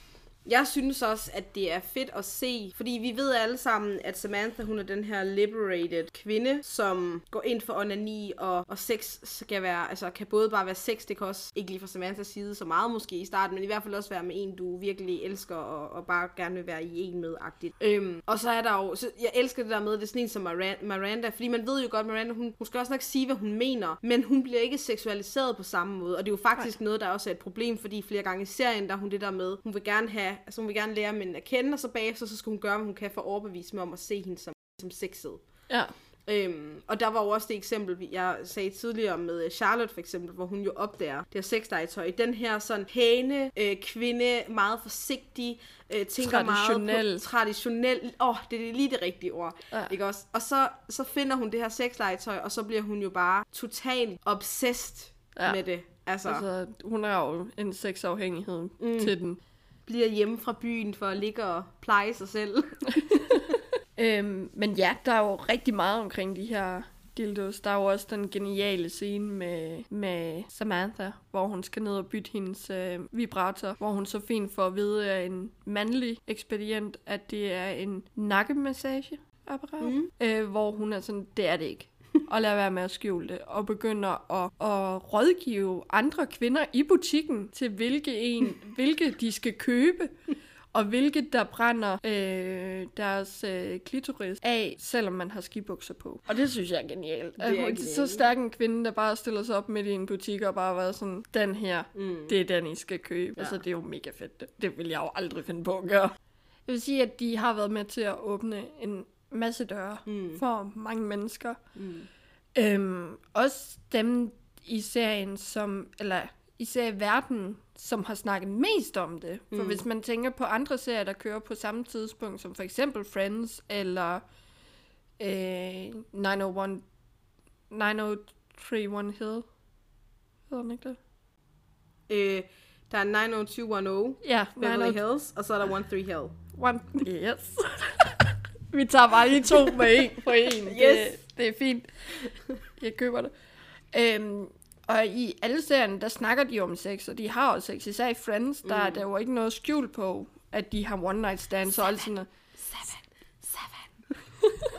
Jeg synes også, at det er fedt at se, fordi vi ved alle sammen, at Samantha, hun er den her liberated kvinde, som går ind for onani, og, og sex skal være, altså kan både bare være sex, det kan også ikke lige fra Samanthas side så meget måske i starten, men i hvert fald også være med en, du virkelig elsker, og, og bare gerne vil være i en med-agtigt. Øhm, og så er der jo, så jeg elsker det der med, det er sådan en som Miranda, fordi man ved jo godt, Miranda, hun, hun skal også nok sige, hvad hun mener, men hun bliver ikke seksualiseret på samme måde, og det er jo faktisk Nej. noget, der også er et problem, fordi flere gange i serien, der er hun det der med, hun vil gerne have Altså hun vil gerne lære mændene at kende, og så bagefter, så skal hun gøre, hvad hun kan for at overbevise mig om at se hende som, som sexet. Ja. Øhm, og der var jo også det eksempel, jeg sagde tidligere med Charlotte for eksempel, hvor hun jo opdager det her sexlegetøj. Den her sådan pæne øh, kvinde, meget forsigtig, øh, tænker meget på traditionel. Åh, oh, det er lige det rigtige ord. Ja. Ikke også? Og så, så finder hun det her sexlegetøj, og så bliver hun jo bare totalt obsessed ja. med det. Altså, altså, hun har jo en sexafhængighed mm. til den. Bliver hjemme fra byen for at ligge og pleje sig selv. øhm, men ja, der er jo rigtig meget omkring de her dildos. Der er jo også den geniale scene med, med Samantha, hvor hun skal ned og bytte hendes øh, vibrator, hvor hun så fint får at vide af en mandlig ekspedient, at det er en nakkemassageapparat, mm. øh, hvor hun er sådan, det er det ikke. Og lade være med at skjule det, og begynder at, at rådgive andre kvinder i butikken til, hvilke, en, hvilke de skal købe, og hvilke der brænder øh, deres øh, klitoris af, selvom man har skibukser på. Og det synes jeg er genialt. Det er, genialt. Det er så stærk en kvinde, der bare stiller sig op midt i en butik og bare var sådan, den her, mm. det er den, I skal købe. Ja. Altså, det er jo mega fedt. Det, det vil jeg jo aldrig finde på at gøre. Jeg vil sige, at de har været med til at åbne en masse døre mm. for mange mennesker. Mm. Øhm, også dem i serien, som, eller især i verden, som har snakket mest om det. For mm. hvis man tænker på andre serier, der kører på samme tidspunkt, som for eksempel Friends, eller øh, nine oh one, nine oh three one Hill. Hedder den ikke det? Øh, der er nine oh two one oh, ja, Beverly Hills, og så er der one three Hill. One, yes. Vi tager bare lige to med en på en. Yes. Det, det er fint. Jeg køber det. Øhm, og i alle serierne, der snakker de om sex, og de har også sex. Især i Friends, der, mm. der var ikke noget skjult på, at de har one night stands og alt sådan noget. Seven. Seven.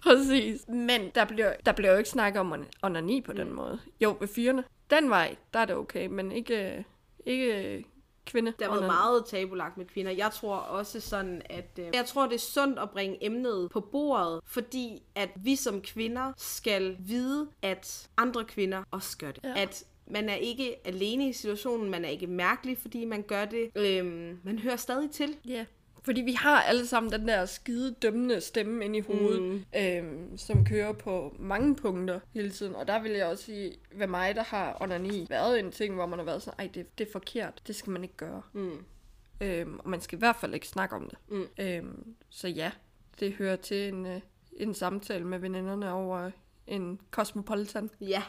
Præcis. Men der bliver, der bliver jo ikke snakket om onani på den måde. Jo, ved fyrene. Den vej, der er det okay, men ikke, ikke kvinde. Der har været meget tabulagt med kvinder. Jeg tror også sådan, at øh, jeg tror, det er sundt at bringe emnet på bordet, fordi at vi som kvinder skal vide, at andre kvinder også gør det. Ja. At man er ikke alene i situationen, man er ikke mærkelig, fordi man gør det. Øhm, man hører stadig til. Ja. Yeah. Fordi vi har alle sammen den der skide dømmende stemme inde i hovedet, mm. øhm, som kører på mange punkter hele tiden. Og der vil jeg også sige, ved mig, der har onani været en ting, hvor man har været sådan, ej, det, det er forkert, det skal man ikke gøre. Mm. Øhm, og man skal i hvert fald ikke snakke om det. Mm. Øhm, så ja, det hører til en, øh, en samtale med veninderne over en Cosmopolitan. Ja.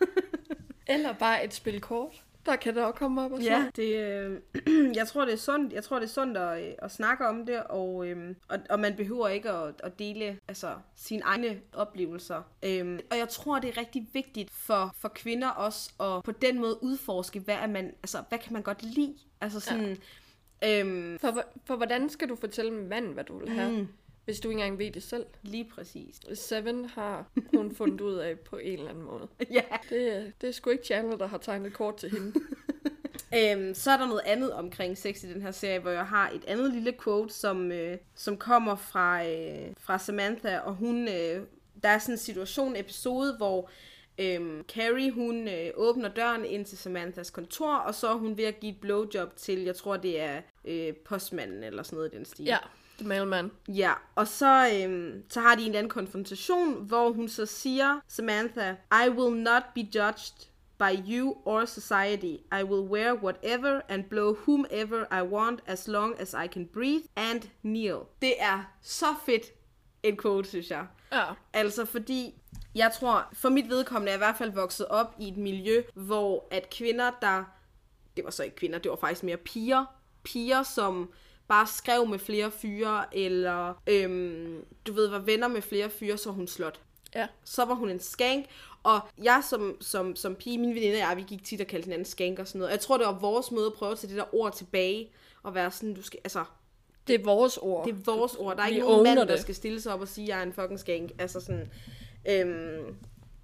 Eller bare et spil kort. Der kan det også komme op og ja, det, øh, jeg tror det er sundt. Jeg tror det er sundt at, at snakke om det, og, øh, og, og man behøver ikke at, at dele altså sine egne oplevelser. Øh, og jeg tror det er rigtig vigtigt for for kvinder også at på den måde udforske, hvad er man, altså hvad kan man godt lide, altså sådan. Ja. Øhm, for, for hvordan skal du fortælle en mand, hvad du vil have? Mm. Hvis du ikke engang ved det selv. Lige præcis. Seven har hun fundet ud af på en eller anden måde. Ja. Det, det er sgu ikke Chandler, der har tegnet kort til hende. øhm, så er der noget andet omkring sex i den her serie, hvor jeg har et andet lille quote, som, øh, som kommer fra, øh, fra Samantha, og hun, øh, der er sådan en situation, episode, hvor Øhm, Carrie, hun øh, åbner døren ind til Samanthas kontor, og så er hun ved at give et blowjob til, jeg tror det er øh, postmanden eller sådan noget i den stil. Ja, the mailman. Ja, og så, øhm, så har de en eller anden konfrontation, hvor hun så siger, Samantha, I will not be judged by you or society. I will wear whatever and blow whomever I want as long as I can breathe and kneel. Det er så fedt en quote, synes jeg. Ja. Altså fordi jeg tror, for mit vedkommende er jeg i hvert fald vokset op i et miljø, hvor at kvinder, der, det var så ikke kvinder, det var faktisk mere piger, piger, som bare skrev med flere fyre, eller øhm, du ved, var venner med flere fyre, så var hun slot. Ja. Så var hun en skank, og jeg som, som, som pige, mine veninder og jeg, vi gik tit og kaldte hinanden skank og sådan noget. Jeg tror, det var vores måde at prøve at tage det der ord tilbage, og være sådan, du skal, altså... Det er vores ord. Det er vores ord. Der er vi ikke nogen mand, det. der skal stille sig op og sige, at jeg er en fucking skank. Altså sådan... Øhm,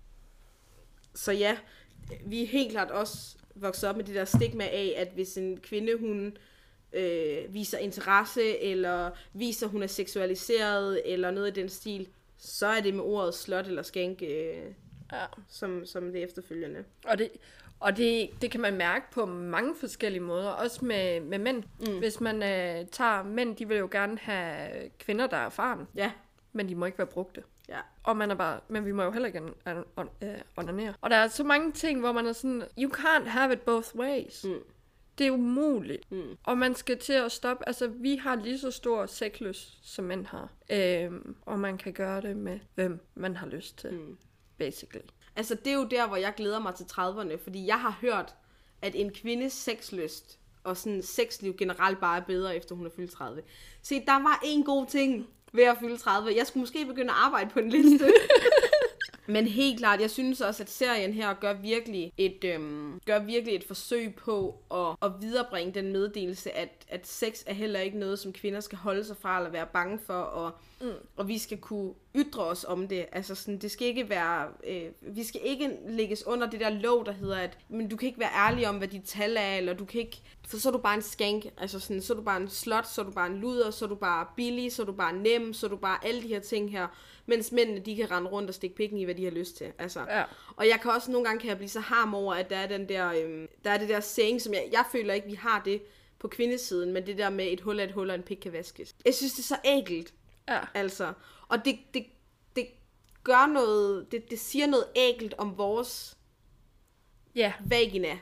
så ja, vi er helt klart også vokset op med det der stigma af, at hvis en kvinde, hun øh, viser interesse, eller viser, hun er seksualiseret, eller noget i den stil, så er det med ordet slut eller skank, øh, ja. som, som det efterfølgende. Og det, og det, det kan man mærke på mange forskellige måder, også med, med mænd. Mm. Hvis man øh, tager mænd, de vil jo gerne have kvinder, der er erfaren, ja. Men de må ikke være brugte. Ja. Og man er bare, men vi må jo heller ikke onanere. Og der er så mange ting, hvor man er sådan, you can't have it both ways. Mm. Det er umuligt. Mm. Og man skal til at stoppe, altså vi har lige så stor sexlyst, som mænd har. Øhm, og man kan gøre det med, hvem man har lyst til, mm. basically. Altså det er jo der, hvor jeg glæder mig til trediverne, fordi jeg har hørt, at en kvindes sexlyst og sådan sexliv generelt bare er bedre, efter hun er fyldt tredive. Se, der var en god ting ved at fylde tredive. Jeg skulle måske begynde at arbejde på en liste. Men helt klart, jeg synes også, at serien her gør virkelig et, øhm, gør virkelig et forsøg på at, at viderebringe den meddelelse, at, at sex er heller ikke noget, som kvinder skal holde sig fra eller være bange for, og, mm. og vi skal kunne ytre os om det. Altså sådan, det skal ikke være, øh, vi skal ikke lægges under det der lov, der hedder, at men du kan ikke være ærlig om, hvad dit tal er, eller du kan ikke, for så er du bare en skank, altså sådan, så er du bare en slut, så er du bare en luder, så er du bare billig, så er du bare nem, så er du bare alle de her ting her, mens mændene, de kan rende rundt og stikke pikken i, hvad de har lyst til. Altså. Ja. Og jeg kan også nogle gange kan jeg blive så harm over, at der er den der, øhm, der er det der saying, som jeg, jeg føler ikke, vi har det på kvindesiden, men det der med et hul af et hul og en pik kan vaskes. Jeg synes, det er så ægelt. Ja. Altså. Og det, det, det gør noget, det, det siger noget ægelt om vores ja. vagina.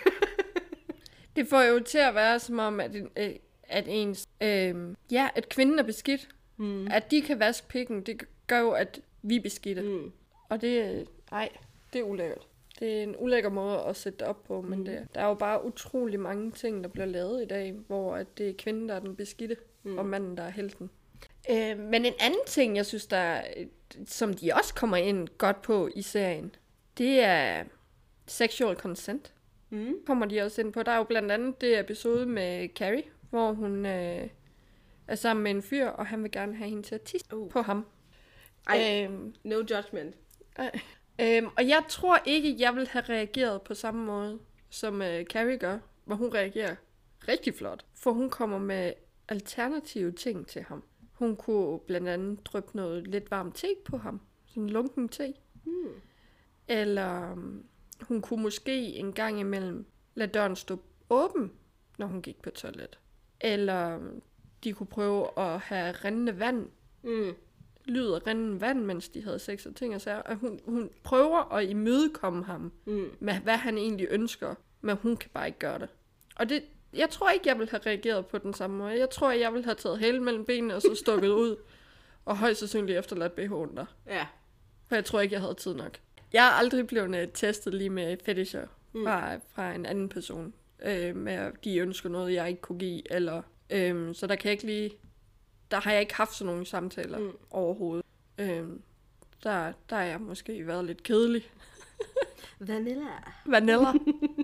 Det får jo til at være som om, at, at ens, øh, ja, at kvinden er beskidt. Mm. At de kan vaske pikken, det gør jo, at vi er beskidte. Mm. Og det, ej, det er ulækkert. Det er en ulækker måde at sætte det op på, men mm. det, der er jo bare utrolig mange ting, der bliver lavet i dag, hvor at det er kvinden, der er den beskidte, mm. og manden, der er helten. Øh, men en anden ting, jeg synes, der, som de også kommer ind godt på i serien, det er sexual consent. Mm. Kommer de også ind på. Der er jo blandt andet det episode med Carrie, hvor hun øh, er sammen med en fyr, og han vil gerne have hende til at tisse uh. på ham. Ej, Øhm, no judgment. øh, øhm, og jeg tror ikke, jeg vil have reageret på samme måde, som øh, Carrie gør, hvor hun reagerer rigtig flot. For hun kommer med alternative ting til ham. Hun kunne blandt andet dryppe noget lidt varmt te på ham. Sådan en lunken te. Hmm. Eller um, hun kunne måske en gang imellem lade døren stå åben, når hun gik på toilet. Eller um, de kunne prøve at have rindende vand. Mm. Lyd af rindende vand, mens de havde sex og ting og sager. Og hun, hun prøver at imødekomme ham Mm. med, hvad han egentlig ønsker. Men hun kan bare ikke gøre det. Og det, jeg tror ikke, jeg vil have reageret på den samme måde. Jeg tror, jeg vil have taget hæle mellem benene og så stukket ud. Og højst sandsynligt efterladt B H'en der. Ja. For jeg tror ikke, jeg havde tid nok. Jeg er aldrig blevet testet lige med fetisher Mm. fra, fra en anden person. Øh, med at de ønsker noget, jeg ikke kunne give. Eller, øh, så der kan jeg ikke lige... Der har jeg ikke haft sådan nogle samtaler Mm. overhovedet. Øh, der, der har jeg måske været lidt kedelig. Vanilla. Vanilla.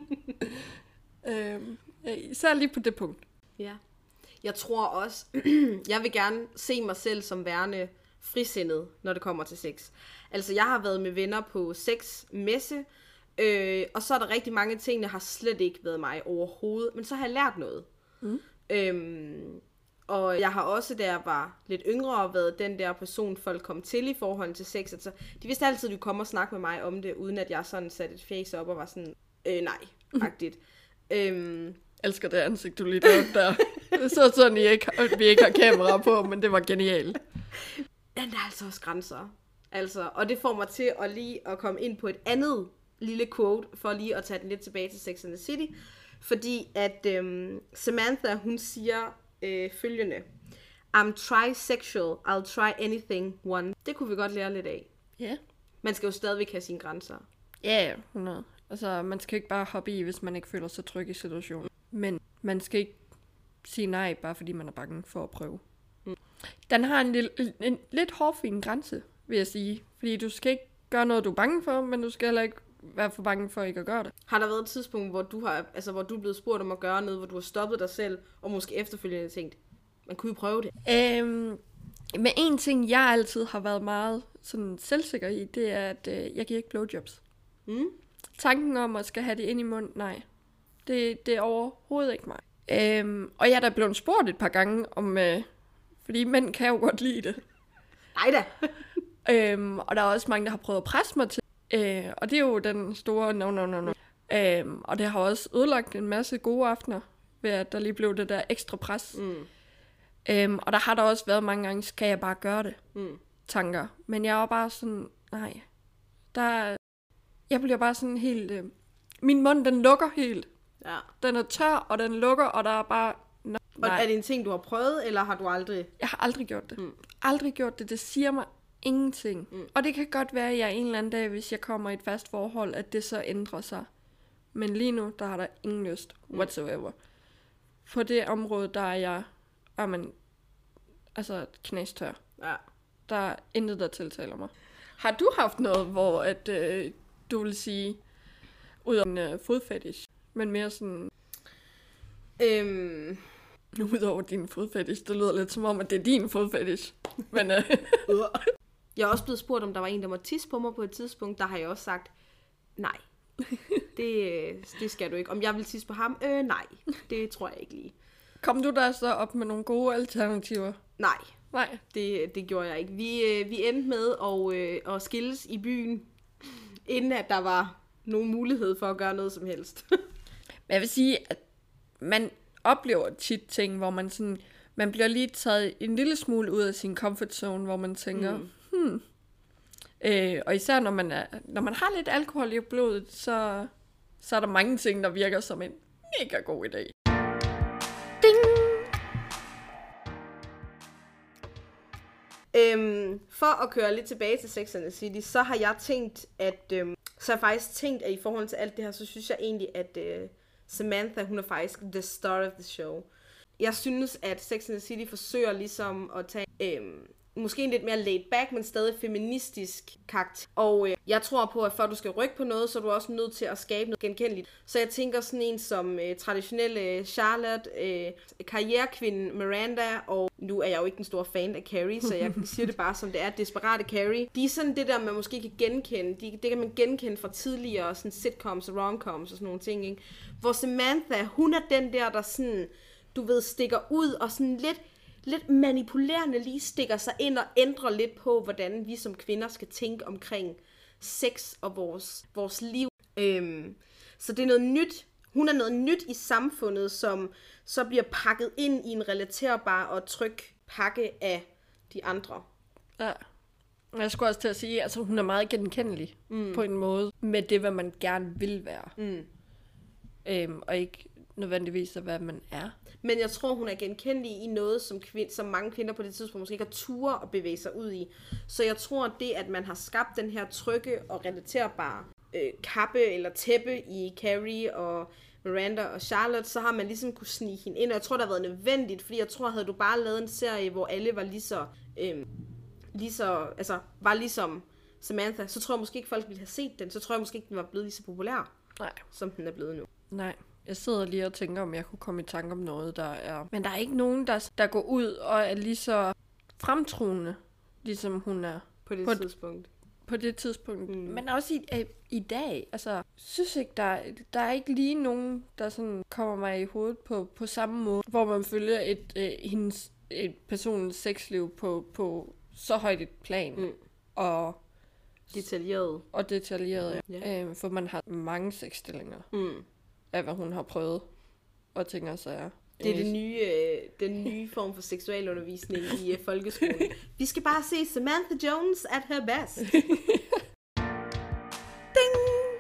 øh, især lige på det punkt. Ja. Jeg tror også, jeg vil gerne se mig selv som værende frisindet, når det kommer til sex. Altså, jeg har været med venner på sexmesse, øh, og så er der rigtig mange ting, der har slet ikke været mig overhovedet, men så har jeg lært noget. Mm. Øhm, og jeg har også, da jeg var lidt yngre, været den der person, folk kom til i forhold til sex. Altså, de vidste altid, at du kom og snakke med mig om det, uden at jeg sådan satte et face op og var sådan, øh, nej-agtigt. øhm, Elsker det ansigt, du lige deroppe der. Så sådan, I ikke, vi ikke har kamera på, men det var genialt. Men der er altså også grænser. Altså, og det får mig til at lige at komme ind på et andet lille quote, for lige at tage den lidt tilbage til Sex and the City. Fordi at øhm, Samantha, hun siger øh, følgende: I'm trisexual, I'll try anything one. Det kunne vi godt lære lidt af. Ja. Yeah. Man skal jo stadigvæk have sine grænser. Ja, yeah, hundrede. Altså, man skal ikke bare hoppe i, hvis man ikke føler sig tryg i situationen. Men man skal ikke sige nej, bare fordi man er bange for at prøve. Mm. Den har en, lille, en lidt hårfin grænse, vil jeg sige. Fordi du skal ikke gøre noget, du er bange for, men du skal heller ikke være for bange for ikke at gøre det. Har der været et tidspunkt, hvor du har, altså hvor du er blevet spurgt om at gøre noget, hvor du har stoppet dig selv, og måske efterfølgende tænkt, man kunne jo prøve det? Øhm, men en ting, jeg altid har været meget sådan selvsikker i, det er, at øh, jeg giver ikke blowjobs. Mm? Tanken om at skal have det ind i munden, nej. Det, det er overhovedet ikke mig. Øhm, og jeg er da blevet spurgt et par gange om, øh, fordi mænd kan jo godt lide det. Nej da. øhm, og der er også mange, der har prøvet at presse mig til. Øh, og det er jo den store no, no, no, no. Øhm, og det har også ødelagt en masse gode aftener, ved at der lige blev det der ekstra pres. Mm. Øhm, og der har der også været mange gange, skal jeg bare gøre det? Mm. Tanker. Men jeg var bare sådan, nej. Der, jeg bliver bare sådan helt... Øh, min mund, den lukker helt. Ja. Den er tør, og den lukker, og der er bare... Nej. Og er det en ting, du har prøvet, eller har du aldrig... Jeg har aldrig gjort det. Mm. Aldrig gjort det. Det siger mig ingenting. Mm. Og det kan godt være, at jeg en eller anden dag, hvis jeg kommer i et fast forhold, at det så ændrer sig. Men lige nu, der har der ingen lyst whatsoever. På det område, der er jeg... Amen, altså knastør. Ja. Der er intet, der tiltaler mig. Har du haft noget, hvor at, øh, du vil sige, ud af en øh, fodfetish, men mere sådan, Øhm... ud over din fodfetish, det lyder lidt som om, at det er din fodfetish. Men, øh, Jeg er også blevet spurgt, om der var en, der må tisse på mig på et tidspunkt. Der har jeg også sagt, nej, det, det skal du ikke. Om jeg vil tisse på ham? Øh, nej, det tror jeg ikke lige. kom du der så op med nogle gode alternativer? Nej, Nej. det, det gjorde jeg ikke. Vi, øh, vi endte med at, øh, at skilles i byen, inden at der var nogen mulighed for at gøre noget som helst. Men jeg vil sige, at man oplever tit ting, hvor man sådan, man bliver lige taget en lille smule ud af sin comfort zone, hvor man tænker, mm. hmm. Øh, og især når man, er, når man har lidt alkohol i blodet, så, så er der mange ting, der virker som en mega god idé. Ding! Øhm, for at køre lidt tilbage til Sex and the City, så har jeg tænkt, at øhm, så har jeg faktisk tænkt, at i forhold til alt det her, så synes jeg egentlig, at øh, Samantha, hun er faktisk the star of the show. Jeg synes, at Sex and the City forsøger ligesom at tage øhm, måske en lidt mere laid back, men stadig feministisk karakter. Og øh, jeg tror på, at for at du skal rykke på noget, så er du også nødt til at skabe noget genkendeligt. Så jeg tænker sådan en som øh, traditionelle Charlotte, øh, karrierekvinden Miranda, og nu er jeg jo ikke den store fan af Carrie, så jeg siger det bare som det er, desperate Carrie. De er sådan det der, man måske kan genkende. De, det kan man genkende fra tidligere sådan sitcoms og romcoms og sådan nogle ting, ikke? Hvor Samantha, hun er den der, der sådan, du ved, stikker ud og sådan lidt, lidt manipulerende lige stikker sig ind og ændrer lidt på, hvordan vi som kvinder skal tænke omkring sex og vores, vores liv. Øhm, så det er noget nyt. Hun er noget nyt i samfundet, som så bliver pakket ind i en relaterbar og tryg pakke af de andre. Ja. Jeg skulle også til at sige, at altså, hun er meget genkendelig mm. på en måde med det, hvad man gerne vil være. Mm. Øhm, og ikke nødvendigvis hvad man er. Men jeg tror, hun er genkendelig i noget, som, kvind, som mange kvinder på det tidspunkt måske ikke har ture at bevæge sig ud i. Så jeg tror, at det, at man har skabt den her trygge og relaterbare øh, kappe eller tæppe i Carrie og Miranda og Charlotte, så har man ligesom kunne snige hende ind. Og jeg tror, det har været nødvendigt, fordi jeg tror, havde du bare lavet en serie, hvor alle var lige så, øh, lige så altså, var ligesom Samantha, så tror jeg måske ikke, folk ville have set den. Så tror jeg måske ikke, den var blevet lige så populær, Nej. som den er blevet nu. Nej. Jeg sidder lige og tænker, om jeg kunne komme i tanke om noget, der er... Men der er ikke nogen, der, der går ud og er lige så fremtruende, ligesom hun er. På det på tidspunkt. På det tidspunkt. Mm. Men også i, i dag. Altså, synes ikke, der, der er ikke lige nogen, der sådan kommer mig i hovedet på, på samme måde, hvor man følger et, øh, hendes, et personens sexliv på, på så højt et plan. Mm. Og detaljeret. Og detaljeret, ja. ja. Øh, for man har mange sexstillinger. Mm. Af hvad hun har prøvet og tænker sig er. Det er det nye, øh, den nye form for seksualundervisning i øh, folkeskolen. Vi skal bare se Samantha Jones at her best. Ding!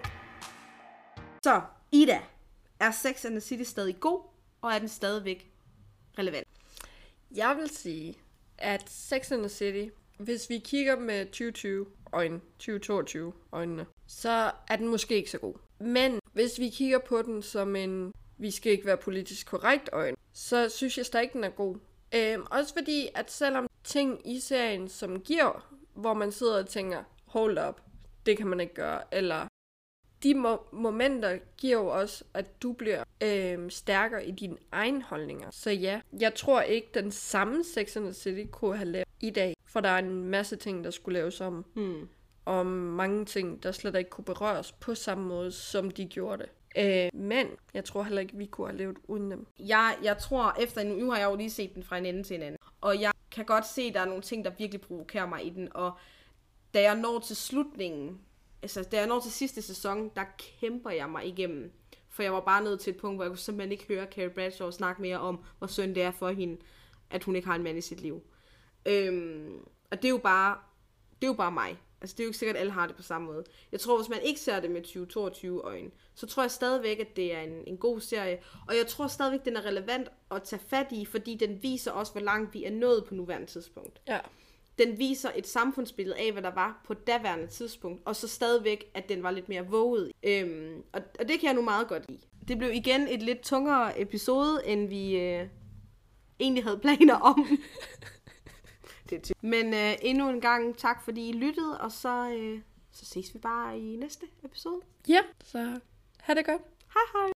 Så, Ida, er Sex and the City stadig god, og er den stadigvæk relevant? Jeg vil sige, at Sex and the City, hvis vi kigger med tyve tyve øjne, tyve toogtyve øjnene, så er den måske ikke så god. Men hvis vi kigger på den som en, vi skal ikke være politisk korrekt øjne, så synes jeg stadig, den er god. Øhm, også fordi, at selvom ting i serien, som giver, hvor man sidder og tænker, hold up, det kan man ikke gøre, eller de mo- momenter giver jo også, at du bliver øhm, stærkere i dine egne holdninger. Så ja, jeg tror ikke, den samme Sex and the City kunne have lavet i dag, for der er en masse ting, der skulle laves om. Hmm. Og mange ting, der slet ikke kunne berøres på samme måde, som de gjorde det. Øh, men jeg tror heller ikke, vi kunne have levet uden dem. Jeg, jeg tror, efter en nu har jeg jo lige set den fra en ende til en anden, og jeg kan godt se, at der er nogle ting, der virkelig provokerer mig i den, og da jeg når til slutningen, altså da jeg når til sidste sæson, der kæmper jeg mig igennem, for jeg var bare nået til et punkt, hvor jeg kunne simpelthen ikke høre Carrie Bradshaw snakke mere om, hvor synd det er for hende, at hun ikke har en mand i sit liv. Øhm, og det er jo bare, det er jo bare mig. Altså, det er jo ikke sikkert, at alle har det på samme måde. Jeg tror, hvis man ikke ser det med tyve toogtyve øjne, så tror jeg stadigvæk, at det er en, en god serie. Og jeg tror stadigvæk, den er relevant at tage fat i, fordi den viser også, hvor langt vi er nået på nuværende tidspunkt. Ja. Den viser et samfundsbillede af, hvad der var på daværende tidspunkt, og så stadigvæk, at den var lidt mere våget. Øhm, og, og det kan jeg nu meget godt lide. Det blev igen et lidt tungere episode, end vi øh, egentlig havde planer om. Det Men øh, endnu en gang tak, fordi I lyttede, og så, øh, så ses vi bare i næste episode. Ja, så ha' det godt. Hej hej.